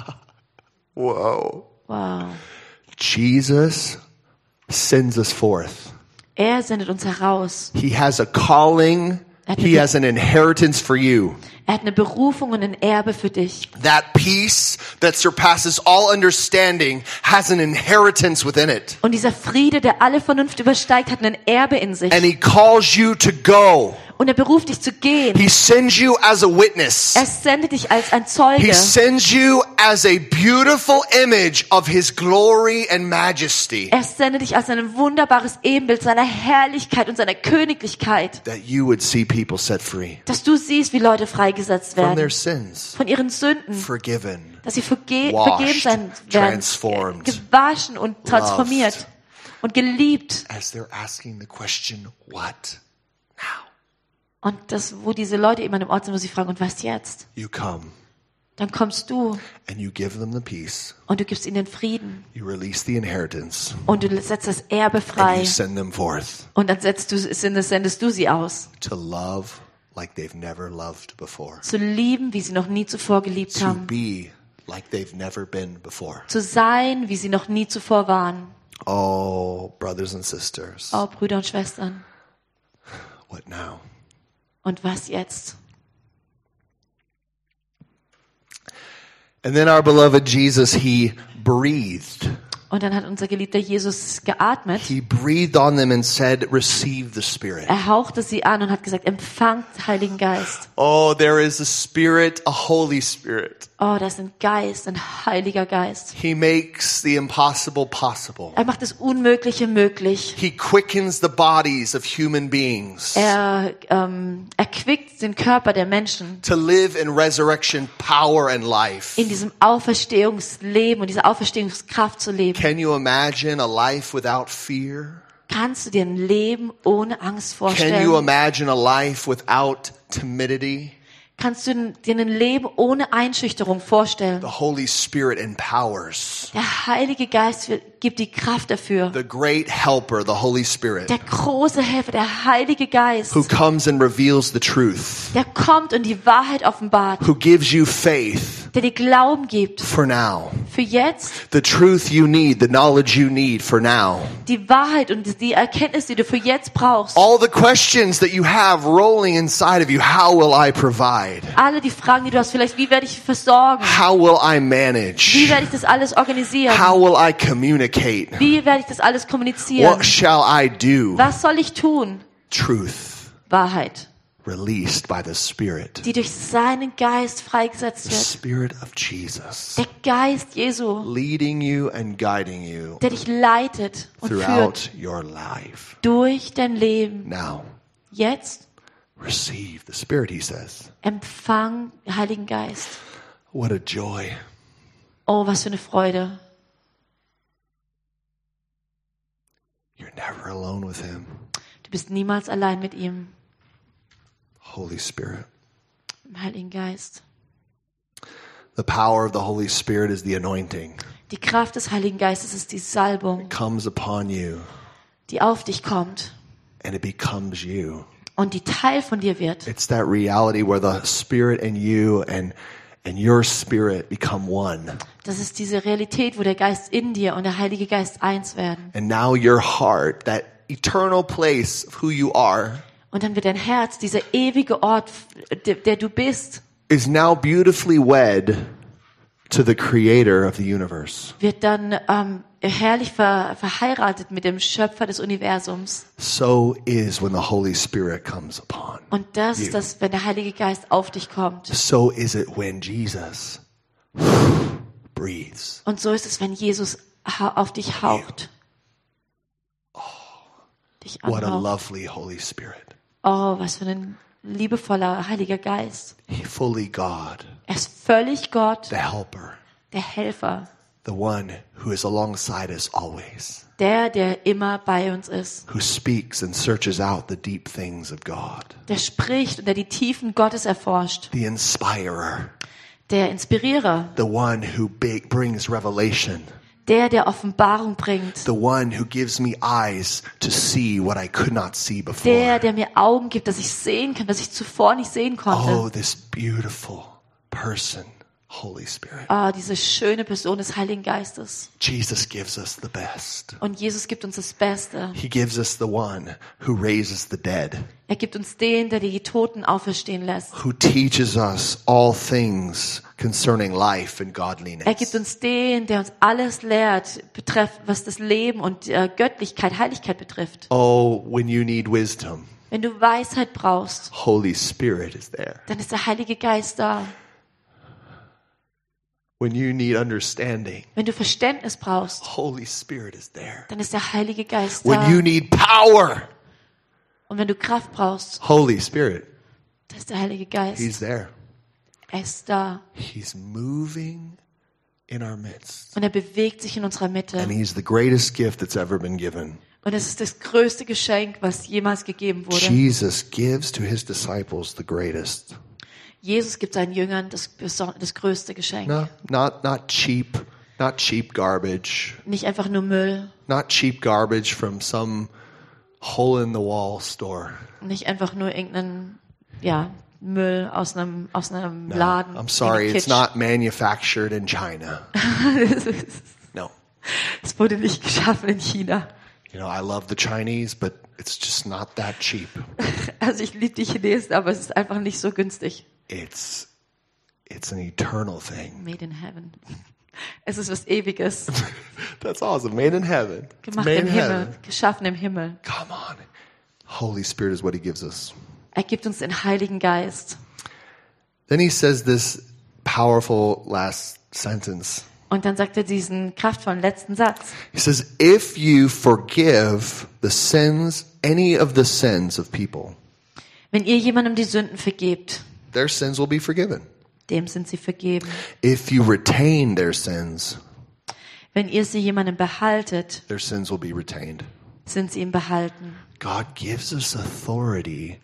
Whoa. Wow. Jesus sends us forth. Er sendet uns heraus. He has a calling. He has an inheritance for you. Er hat eine Berufung und ein Erbe für dich. That peace that surpasses all understanding has an inheritance within it. Und dieser Friede, der alle Vernunft übersteigt, hat ein Erbe in sich. And he calls you to go. Und er beruft dich zu gehen. He sends you as a witness. Er sendet dich als ein He Zeuge. sends you as a beautiful image of his glory and majesty, Er sendet dich als ein wunderbares Ebenbild seiner Herrlichkeit und seiner Königlichkeit. that you would see people set free Dass du siehst, wie Leute freigesetzt from their werden. sins, Von ihren Sünden. forgiven, Dass sie verge washed, vergeben sein werden. transformed, Gewaschen und transformiert. loved. Und geliebt. as they're asking the question, what now? Und das, wo diese Leute eben an dem Ort sind, wo sie fragen, und was jetzt? You come Dann kommst du and you give them the peace. und du gibst ihnen den Frieden. You release the inheritance Und du setzt das Erbe and frei. you send them forth Und dann setzt du, sendest du sie aus. to love like they've never loved before, Zu lieben, wie sie noch nie zuvor geliebt to haben. be like they've never been before. Zu sein, wie sie noch nie zuvor waren. Oh, brothers and sisters, Oh, Brüder und Schwestern. what now? Und was jetzt? And then our beloved Jesus, he breathed. Und dann hat unser geliebter Jesus geatmet. He breathed on them and said, receive the Spirit. Er hauchte sie an und hat gesagt, empfangt Heiligen Geist. Oh, there is a Spirit, a Holy Spirit. Oh, das ist ein Geist, ein Heiliger Geist. He makes the impossible possible. Er macht das Unmögliche möglich. He quickens the bodies of human beings Er ähm, erquickt den Körper der Menschen to live in resurrection power and life. in diesem Auferstehungsleben und dieser Auferstehungskraft zu leben. Can you imagine a life without fear? Kannst du dir ein Leben ohne Angst Can you vorstellen? imagine a life without timidity? Kannst du dir ein Leben ohne Einschüchterung vorstellen? The Holy Spirit empowers. Der Heilige Geist wird- gibt die Kraft dafür. The great helper, the Holy Spirit, Der große Helfer, der Heilige Geist, who comes and reveals the truth, der kommt und die Wahrheit offenbart, who gives you faith der dir Glauben gibt. for now, Für jetzt the truth you need, the knowledge you need for now. die Wahrheit und die Erkenntnis, die du für jetzt brauchst. All the questions that you have rolling inside of you, how will I provide? Alle die Fragen, die du hast, vielleicht, wie werde ich versorgen? How will I Wie manage? werde ich das alles organisieren? How will I communicate? Wie werde ich das alles kommunizieren? What shall I do? Was soll ich tun? Truth Wahrheit, released by the Spirit, die durch seinen Geist freigesetzt the wird. Spirit of Jesus, Der Geist Jesu, leading you and guiding you der dich leitet und führt throughout your life. durch dein Leben. Now, Jetzt receive the Spirit, he says. empfang den Heiligen Geist. What a joy. Oh, was für eine Freude. You're never alone with him. Du bist niemals allein mit ihm. Holy Spirit. Im Heiligen Geist. The power of the Holy Spirit is the anointing. Die Kraft des Heiligen Geistes ist die Salbung, It comes upon you die auf dich kommt and it becomes you. und die Teil von dir wird. It's that reality where the Spirit and you and and your spirit become one. Das ist diese Realität, wo der Geist in dir und der Heilige Geist eins werden. And now your heart, that eternal place of who you are, Und dann wird dein Herz, dieser ewige Ort, der, der du bist, is now beautifully wed to the creator of the universe. wird dann ähm, herrlich ver, verheiratet mit dem Schöpfer des Universums. So is when the Holy Spirit comes upon. Und das you. ist das, wenn der Heilige Geist auf dich kommt. So is it when Jesus breathes. Und so ist es, wenn Jesus ha- auf dich haucht. Dich What a anhaucht. lovely Holy Spirit. Oh, was für ein liebevoller Heiliger Geist. He fully God, Er ist völlig Gott, the helper, der Helfer, the one who is alongside us always, der, der immer bei uns ist, who speaks and searches out the deep things of God, der spricht und der die Tiefen Gottes erforscht, the inspirer, der Inspirierer, the one who big, brings revelation, der, der Offenbarung bringt, the one who gives me eyes to see what I could not see before. der, der mir Augen gibt, dass ich sehen kann, was ich zuvor nicht sehen Oh, konnte. this beautiful person, Holy Spirit. Ah, diese schöne Person des Heiligen Geistes. Jesus gives us the best. Und Jesus gibt uns das Beste. He gives us the one who raises the dead, Er gibt uns den, der die Toten auferstehen lässt. who teaches us all things concerning life and godliness. Er gibt uns den, der uns alles lehrt, betreff, was das Leben und äh, Göttlichkeit, Heiligkeit betrifft. Oh, when you need wisdom, Wenn du Weisheit brauchst, Holy Spirit is there. dann ist der Heilige Geist da. When you need understanding, Wenn du Verständnis brauchst, Holy Spirit is there. dann ist der Heilige Geist When da. you need power, Und wenn du Kraft brauchst, Holy Spirit, dann ist der Heilige He's Geist. there. Er ist da. He's moving in our midst. Und er bewegt sich in unserer Mitte. And He's the greatest gift that's ever been given. Und es ist das größte Geschenk, was jemals gegeben wurde. Jesus gives to His disciples the greatest. Jesus gibt seinen Jüngern das, beson- das größte Geschenk. No, not not cheap, not cheap garbage, Nicht einfach nur Müll. not cheap garbage from some hole in the wall store. Nicht einfach nur irgendeinen ja, Müll aus einem, aus einem No, Laden. I'm sorry, Irgendwie it's Kitsch. not manufactured in China. No. Es wurde nicht geschaffen in China. You know, I love the Chinese, but it's just not that cheap. Also ich liebe die Chinesen, aber es ist einfach nicht so günstig. It's it's an eternal thing. Made in heaven. Es ist was Ewiges. That's awesome. Made in heaven. It's Gemacht made im in Himmel. heaven. Geschaffen im Himmel. Come on. Holy Spirit is what He gives us. Er gibt uns den Heiligen Geist. Then He says this powerful last sentence. Und dann sagt er diesen kraftvollen letzten Satz. He says, if you forgive the sins, any of the sins of people, Wenn ihr jemandem die Sünden vergebt, their sins will be forgiven. dem sind sie vergeben. If you retain their sins, Wenn ihr sie jemandem behaltet, their sins will be retained. sind sie ihm behalten. God gives us authority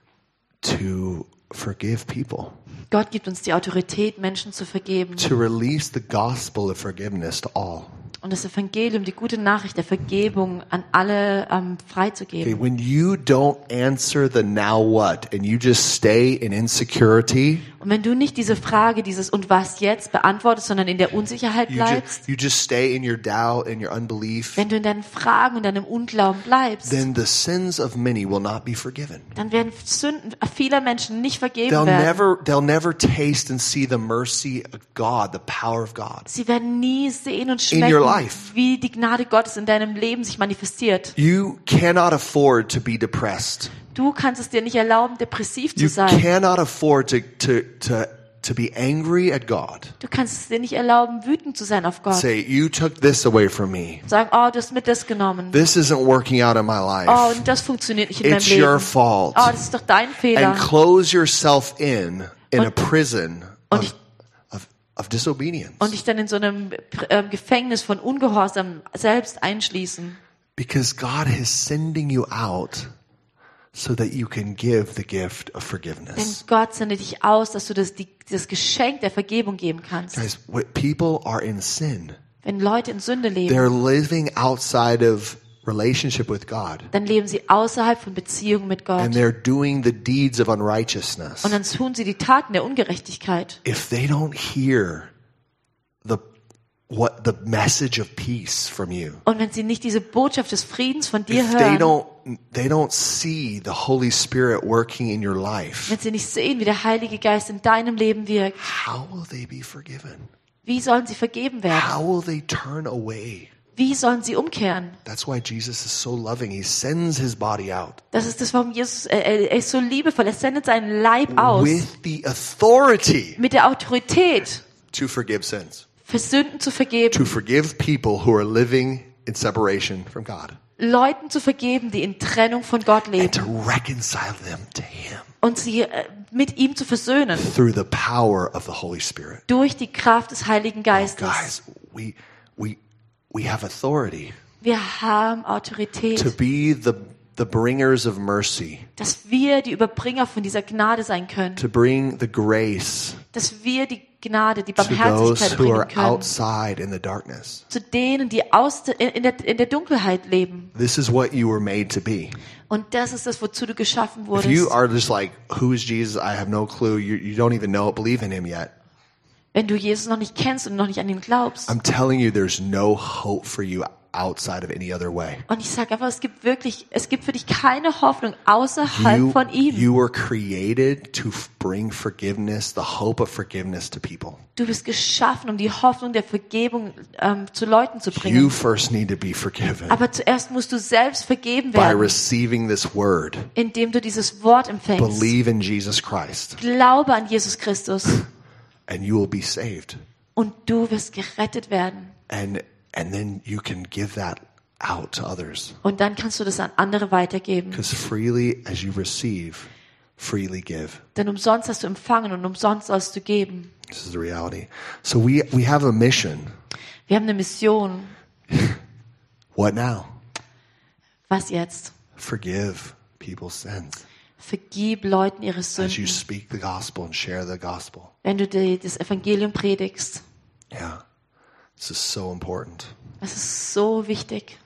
to forgive people, Gott gibt uns die Autorität, Menschen zu vergeben. to release the gospel of forgiveness to all. Und das Evangelium, die gute Nachricht der Vergebung an alle ähm, Okay, freizugeben. when you don't answer the now what and you just stay in insecurity, Und wenn du nicht diese Frage, dieses und was jetzt beantwortest, sondern in der Unsicherheit you bleibst, just, you just stay in your doubt and your unbelief, wenn du in deinen Fragen und deinem Unglauben bleibst, then the sins of many will not be forgiven. dann werden Sünden vieler Menschen nicht vergeben They'll werden. never, they'll never taste and see the mercy of God, the power of God. Sie werden nie sehen und In your schmecken, life. wie die Gnade Gottes in deinem Leben sich manifestiert. You cannot afford to be depressed. Du kannst es dir nicht erlauben, depressiv zu You sein. cannot afford to, to, to, to be angry at God. Du kannst es dir nicht erlauben, wütend zu sein auf Gott. Say, you took this away from me. Sagen, oh, du hast mir das genommen. This isn't working out in my Oh, life. und das funktioniert nicht in meinem It's your Leben. fault. Oh, das ist doch dein Fehler. And close yourself in, in a prison und of, ich- of, of disobedience. Und dich dann in so einem äh, Gefängnis von Ungehorsam selbst einschließen. Because God is sending you out so that you can give the gift of Denn forgiveness. Gott sendet dich aus, dass du das, die, das Geschenk der Vergebung geben kannst. Guys, what people are in sin. Wenn Leute in Sünde leben, They're living outside of relationship with God. dann leben sie außerhalb von Beziehungen mit Gott. And they're doing the deeds of unrighteousness. Und dann tun sie die Taten der Ungerechtigkeit. If they don't hear the what the message of peace from you, Und wenn sie nicht diese Botschaft des Friedens von dir if they hören, don't they don't see the Holy Spirit working in your life, wenn sie nicht sehen, wie der Heilige Geist in deinem Leben wirkt, how will they be forgiven? wie sollen sie vergeben werden? How will they turn away? Wie sollen sie umkehren? That's why Jesus is so loving. He sends his body out Das ist das, warum Jesus, er, er ist so liebevoll. Er sendet seinen Leib aus with the authority mit der Autorität, to forgive sins, für Sünden zu vergeben, to forgive people who are living in separation from God, Leuten zu vergeben, die in Trennung von Gott and leben to reconcile them to him und sie äh, mit ihm zu versöhnen through the power of the Holy Spirit. durch die Kraft des Heiligen Geistes. Guys, we we we have authority Wir haben to Autorität, be the the bringers of mercy, dass wir die Überbringer von dieser Gnade sein können, to bring the grace dass wir die Gnade, die to those Barmherzigkeit who are bringen können outside in the darkness. zu denen, die aus de, in, der, in der Dunkelheit leben. This is what you were made to be. Und das ist das, wozu du geschaffen If wurdest. you are just like, who is Jesus? I have no clue. You, you don't even know, believe in him yet. Wenn du Jesus noch nicht kennst und noch nicht an ihn glaubst. I'm telling you, there's no hope for you outside of any other way. Und ich sage einfach, es gibt wirklich, es gibt für dich keine Hoffnung außerhalb You, von ihm. you were created to f- bring forgiveness, the hope of forgiveness to people. Du bist geschaffen, um die Hoffnung der Vergebung ähm, zu Leuten zu You bringen. first need to be forgiven Aber zuerst musst du selbst vergeben by werden, receiving this word. indem du dieses Wort empfängst. Believe in Jesus Christ, Glaube an Jesus Christus and you will be saved. und du wirst gerettet werden. And and then you can give that out to others. Und dann kannst du das an andere weitergeben. Because freely as you receive, freely give. Denn umsonst hast du empfangen und umsonst sollst du geben. This is the reality. So we we have a mission. Wir haben eine Mission. What now? Was jetzt? Forgive people's sins Vergib Leuten ihre as you Sünden, speak the gospel and share the gospel. wenn du die, das Evangelium predigst. Yeah. This is so important. Das ist so wichtig.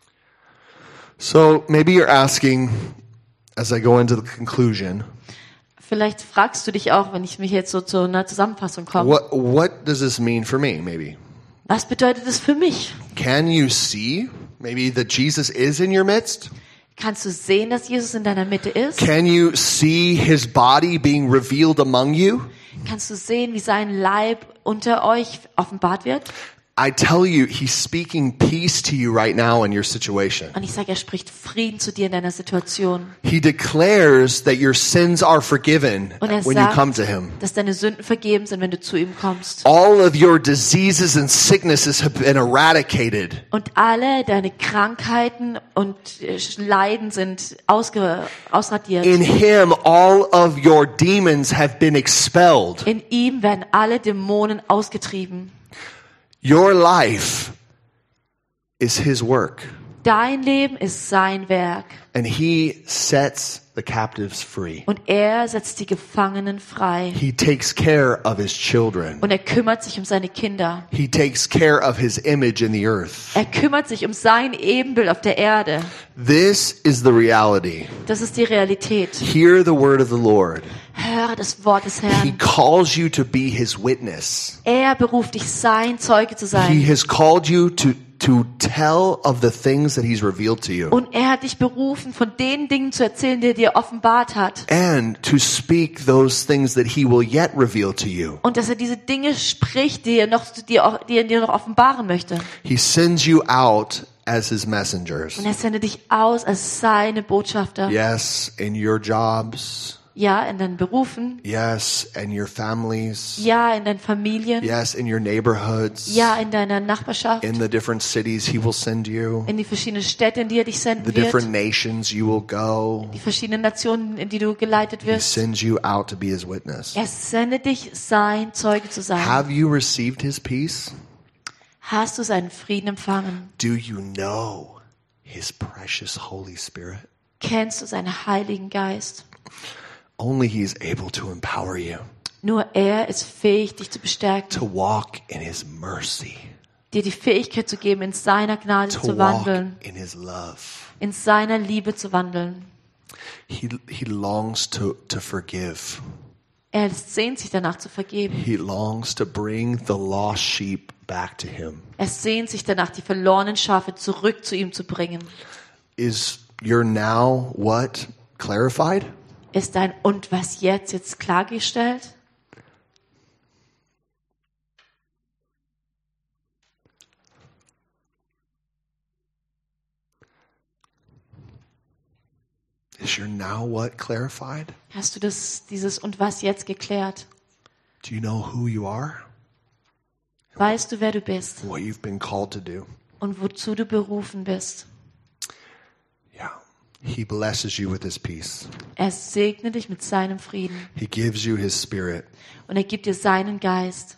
So maybe you're asking, as I go into the conclusion, Vielleicht fragst du dich auch, wenn ich mich jetzt so zu einer Zusammenfassung komme, what what does this mean for me? Maybe was bedeutet das für mich? can you see maybe that Jesus is in your midst? Kannst du sehen, dass Jesus in deiner Mitte ist? Can you see his body being revealed among you? Kannst du sehen, wie sein Leib unter euch offenbart wird? I tell you, he's speaking peace to you right now in your situation. Und ich sage, er spricht Frieden zu dir in deiner Situation. He declares that your sins are forgiven Und er when you come to sagt, him. dass deine Sünden vergeben sind, wenn du zu ihm kommst. All of your diseases and sicknesses have been eradicated. Und alle deine Krankheiten und äh, Leiden sind ausge, ausradiert. In him, all of your demons have been expelled. In ihm werden alle Dämonen ausgetrieben. Your life is his work, Dein Leben ist sein Werk. and he sets the captives free. Und er setzt die Gefangenen frei. He takes care of his children. Und er kümmert sich um seine Kinder. He takes care of his image in the earth. Er kümmert sich um sein Ebenbild auf der Erde. This is the reality. Das ist die Realität. Hear the word of the Lord. Höre das Wort des He Herrn. calls you to be his witness. Er beruft dich, sein Zeuge zu He sein. has called you to, to tell of the things that he's revealed to you Und er hat dich berufen, von den Dingen zu erzählen, die er dir offenbart hat. and to speak those things that he will yet reveal to you. Und dass er diese Dinge spricht, die er, noch, die er, die er dir noch offenbaren möchte. He sends you out as his messengers. Und er sendet dich aus als seine Botschafter. Yes, in your jobs. Ja, in deinen Berufen. Yes, in your families. Ja, in deinen Familien. Yes, in your neighborhoods. Ja, in deiner Nachbarschaft. In the different cities he will send you. In die verschiedenen Städte, in die er dich The senden different wird. nations you will go. Die verschiedenen Nationen, in die du geleitet He wirst. sends you out to be his witness. Er sendet dich, sein Zeuge zu sein. Have you received his peace? Hast du seinen Frieden empfangen? Do you know his precious Holy Spirit? Kennst du seinen Heiligen Geist? Only he is able to empower you Nur er ist fähig, dich zu bestärken, to walk in his mercy, dir die Fähigkeit zu geben, in seiner Gnade to zu walk wandeln, in his love. in seiner Liebe zu wandeln. He, he longs to, to forgive. Er sehnt sich danach zu vergeben. He longs to bring the lost sheep back to him. Er sehnt sich danach, die verlorenen Schafe zurück zu ihm zu bringen. Is your now what clarified? Ist dein Und was jetzt jetzt klargestellt? Is your now what clarified? Hast du das, dieses Und was jetzt geklärt? Do you know who you are? Weißt du, wer du bist What you've been called to do? und wozu du berufen bist? Yeah. He blesses you with his peace. Er segnet dich mit seinem Frieden He gives you his spirit. und er gibt dir seinen Geist.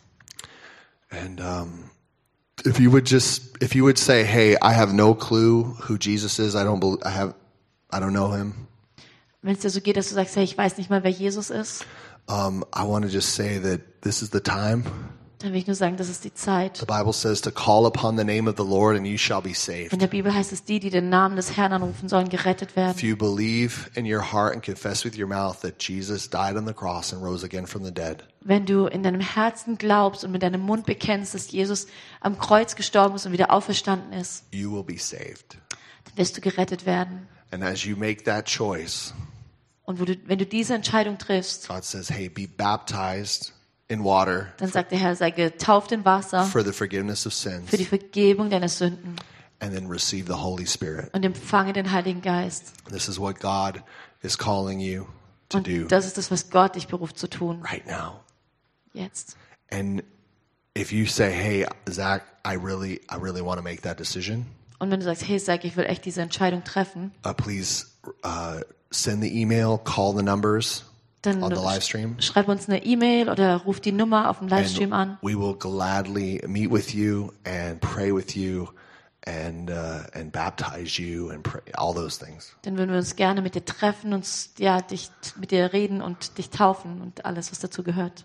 And um, if you would just, if you would say, "Hey, I have no clue who Jesus is. I don't, bel I have, I don't know him." Wenn es dir so geht, dass du sagst, hey, ich weiß nicht mal, wer Jesus ist, Um, I want to just say that this is the time. dann will ich nur sagen, das ist die Zeit. The Bible says to call upon the name of the Lord and you shall be saved. In der Bibel heißt es, die, die den Namen des Herrn anrufen sollen, gerettet If werden. you believe in your heart and confess with your mouth that Jesus died on the cross and rose again from the dead, Wenn du in deinem Herzen glaubst und mit deinem Mund bekennst, dass Jesus am Kreuz gestorben ist und wieder auferstanden ist, you will be saved. dann wirst du gerettet werden. And as you make that choice, Und wo du, wenn du diese Entscheidung triffst, God says, "Hey, be baptized in water dann sagt der Herr, sei getauft in Wasser for the forgiveness of sins, für die Vergebung deiner Sünden and then receive the Holy Spirit." und empfange den Heiligen Geist. This is what God is calling you to Und do das ist das, was Gott dich beruft zu tun. right now. Jetzt. And if you say, "Hey, Zach, I really, I really want to make that decision," Und wenn du sagst, hey, sag, ich will echt diese Entscheidung treffen, uh, please uh, send the email, call the numbers dann on the live stream, schreib uns eine E-Mail oder ruf die Nummer auf dem Livestream an. and we will gladly meet with you and pray with you and uh, and baptize you and pray, all those things. Dann würden wir uns gerne mit dir treffen, uns ja dich mit dir reden und dich taufen und alles, was dazu gehört.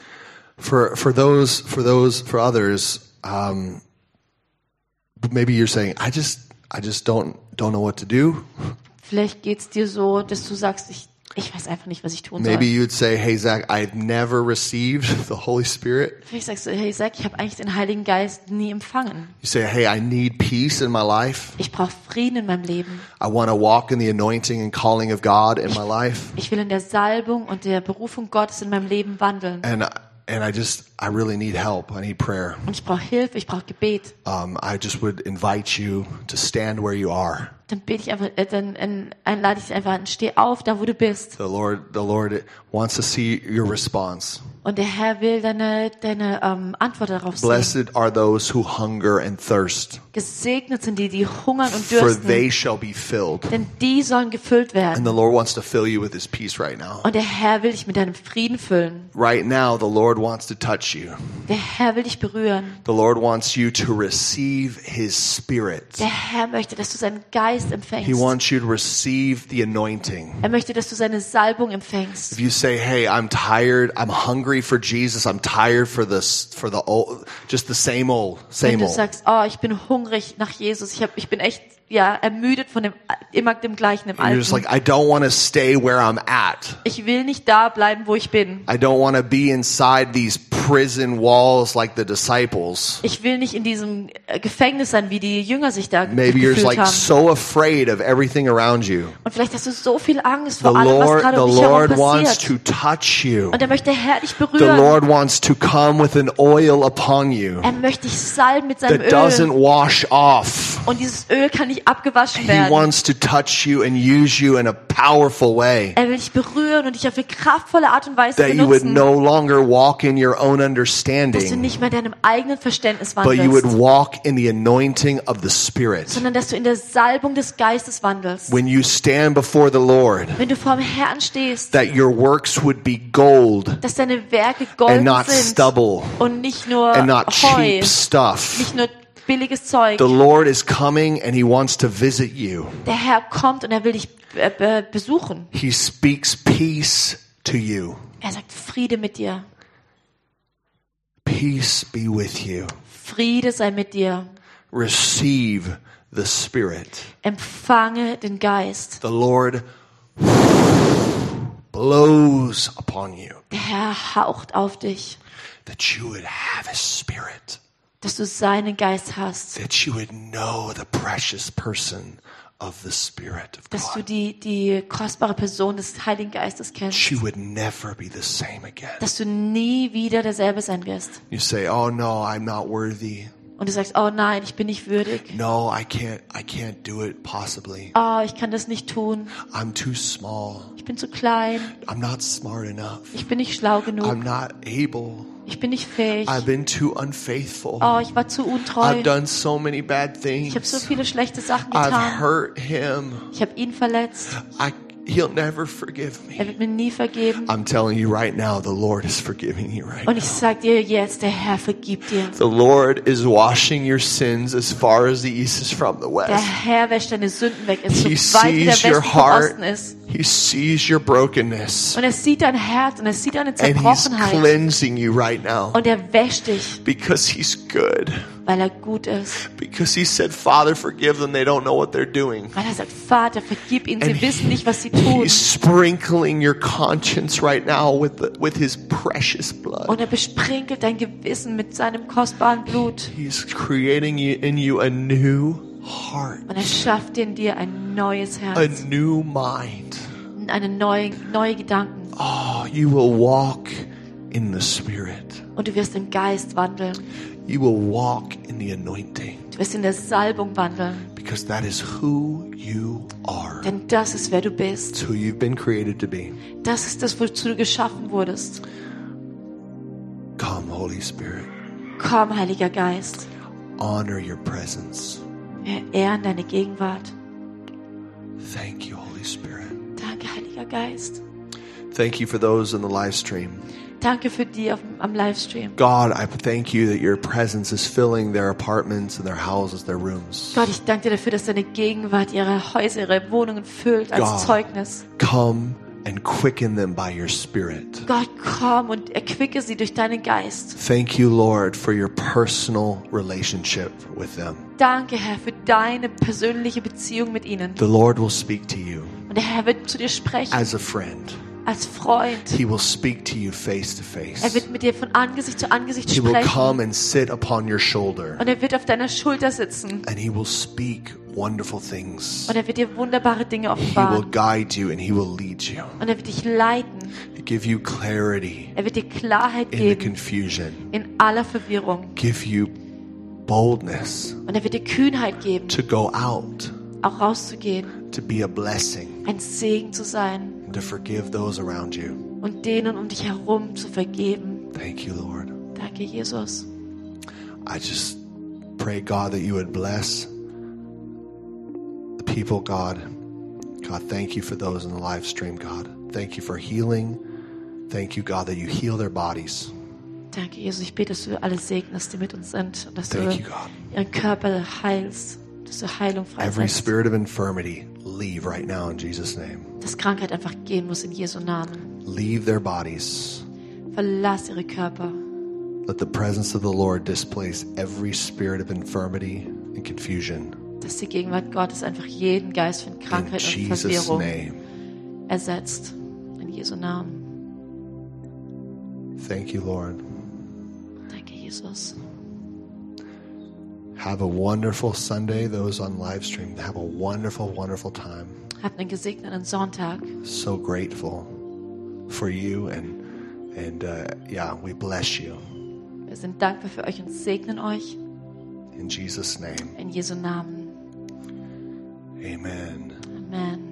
For for those for those for others, um, maybe you're saying, "I just I just don't don't know what to do." Vielleicht geht's dir so, dass du sagst, ich ich weiß einfach nicht, was ich tun Maybe soll. you'd say, "Hey, Zach, I've never received the Holy Spirit." Vielleicht sagst du, hey, sag, ich habe eigentlich den Heiligen Geist nie empfangen. You say, "Hey, I need peace in my life. Ich brauche Frieden in meinem Leben. I want to walk in the anointing and calling of God in my life." Ich will in der Salbung und der Berufung Gottes in meinem Leben wandeln. And and I just I really need help. I need prayer. Und ich brauche Hilfe, ich brauche Gebet. Um, I just would invite you to stand where you are. Dann bete ich einfach, äh, dann äh, einlade ich dich einfach an, steh auf, da wo du bist. The Lord the Lord wants to see your response. Und der Herr will deine, deine ähm, Antwort darauf sehen. Blessed are those who hunger and thirst, Gesegnet sind die, die hungern und for they dürsten, shall be filled. denn die sollen gefüllt And werden. the Lord wants to fill you with his peace right now. Und der Herr will dich mit deinem Frieden füllen. Right now, the Lord wants to touch you. Der Herr will dich berühren. The Lord wants you to receive his spirit. Der Herr möchte, dass du seinen Geist He empfängst. wants you to receive the anointing. Er möchte, dass du seine Salbung empfängst. If you say, "Hey, I'm tired. I'm hungry for Jesus. I'm tired for this for the old, just the same old, Wenn same du old." sagst, oh, ich bin hungrig nach Jesus, ich, hab, ich bin echt ja ermüdet von dem immer dem Gleichen, dem And you're just Alten. like, "I don't want to stay where I'm at. Ich will nicht da bleiben, wo ich bin. I don't want to be inside these prison walls like the disciples." Ich will nicht in diesem äh, Gefängnis sein, wie die Jünger sich da Maybe you're just gefühlt like haben. so afraid of everything around you. Und vielleicht hast du so viel Angst The vor allem, was Lord, gerade the um dich herum Lord wants passiert. to touch you. Und er möchte der Herr dich The berühren. Lord wants to come with an oil upon you Er möchte dich salben mit seinem that doesn't Öl. wash off. Und dieses Öl kann nicht abgewaschen He werden. wants to touch you and use you in a powerful way, Er will dich berühren und dich auf eine kraftvolle Art und Weise that you would benutzen, no longer walk in your own dass du understanding, nicht mehr deinem eigenen Verständnis but you would wandelst, walk in the anointing of the Spirit. sondern dass du in der Salbung des Geistes wandelst. When you stand before the Lord, Wenn du vor dem Herrn stehst, that your works would be gold dass deine Werke and golden not sind stubble und nicht nur and not Heu, cheap stuff. nicht nur billiges Zeug. The Lord is coming and he wants to visit you. Der Herr kommt und er will dich äh, be- besuchen. He speaks peace to you. Er sagt Friede mit dir. Peace be with you. Friede sei mit dir. Receive the Spirit. Empfange den Geist. The Lord blows upon you. Der Herr haucht auf dich, That you would have his Spirit. dass du seinen Geist hast, That you would know the precious person of the Spirit of dass du God. die, die kostbare Person des Heiligen Geistes kennst, You would never be the same again. dass du nie wieder derselbe sein wirst. You say, oh no, I'm not worthy. Und du sagst, oh nein, ich bin nicht würdig. No, I can't, I can't do it possibly. Oh, ich kann das nicht tun. I'm too small. Ich bin zu klein. I'm not smart enough. Ich bin nicht schlau I'm genug. not able. Ich bin nicht fähig. I've been too unfaithful. Oh, ich war zu untreu. I've done so many bad Ich habe so things. viele schlechte Sachen I've getan. hurt him. Ich habe ihn verletzt. I, he'll never forgive Er me. wird mir nie vergeben. I'm telling you right now, the Lord is forgiving you right Und now. ich sag dir jetzt, der Herr vergibt dir. The Lord is washing your sins as far as the east is from the Der west. Herr wäscht deine Sünden weg, ist He so weit wie der sees your Westen vom heart. Osten ist. He sees your brokenness. Und er sieht dein Herz und er sieht deine And he's Zerbrochenheit. cleansing you right now. Und er wäscht dich, Because he's good. weil er gut ist. Because he said, Father, forgive them. They don't know what they're doing. Weil er sagt, Vater, vergib ihnen, sie And wissen nicht, was sie tun. He's sprinkling your conscience right now with the, with his precious blood. Und er besprinkelt dein Gewissen mit seinem kostbaren Blut. He's creating you, in you a new heart, Und er schafft in dir ein neues a Herz, new mind. eine neue, neue Gedanken. Oh, you will walk in the Spirit. Und du wirst im Geist wandeln. You will walk in the anointing. Du wirst in der Salbung wandeln. Because that is who you are. Denn das ist, wer du bist. It's who you've been created to be. Das ist das, wozu du geschaffen wurdest. Come, Holy Spirit. Komm, Heiliger Geist. Honor your presence. Wir ehren deine Gegenwart. Thank you, Holy Spirit. Danke, Heiliger Geist. Thank you for those in the live stream. Danke für die auf, am Livestream. God, I thank you that your presence is filling their apartments and their houses, their rooms. Gott, ich danke dir dafür, dass deine Gegenwart ihre Häuser, ihre Wohnungen füllt als God. Zeugnis. Come and quicken them by your Spirit. Gott, komm und erquicke sie durch deinen Geist. Thank you, Lord, for your personal relationship with them. Danke, Herr, für deine persönliche Beziehung mit ihnen. The Lord will speak to you Und der Herr wird zu dir sprechen as a friend. als Freund. He will speak to you face to Er face. wird mit dir von Angesicht zu Angesicht He will sprechen. come and sit upon your shoulder. Und er wird auf deiner Schulter sitzen. And he will speak wonderful things. Und er wird dir wunderbare Dinge He will offenbaren. guide you and he will lead you. Und er wird dich leiten. Give you clarity Er wird dir Klarheit in the geben confusion. in aller Verwirrung. Give you boldness Und er wird dir Kühnheit geben, to go out, auch rauszugehen, to be a blessing, ein Segen zu sein and to forgive those around you. und denen um dich herum zu vergeben. Thank you, Lord. Danke, Jesus. I just pray, God, that you would bless the people, God. God, thank you for those in the live stream, God. Thank you for healing. Thank you, God, that you heal their bodies. Danke, Jesus. Ich bete, dass du alle segnest, die mit uns sind und dass du Thank you, God. ihren Körper heilst, dass du Heilung Every freisetzt. spirit of infirmity, leave right now in Jesus' name. Dass Krankheit einfach gehen muss in Jesu Namen. Leave their bodies. Verlass ihre Körper. Let the presence of the Lord displace every spirit of infirmity and confusion. Dass die Gegenwart Gottes einfach jeden Geist von In Krankheit und Jesus' Verwirrung name. ersetzt. In Jesu Namen. Thank you, Lord. Danke, Jesus. Have a wonderful Sunday. Those on live stream, have a wonderful, wonderful time. Habt einen gesegneten Sonntag. So grateful for you, and and uh, yeah, we bless you Wir sind dankbar für euch und segnen euch. in Jesus' name. In Jesu Namen. Amen. Amen.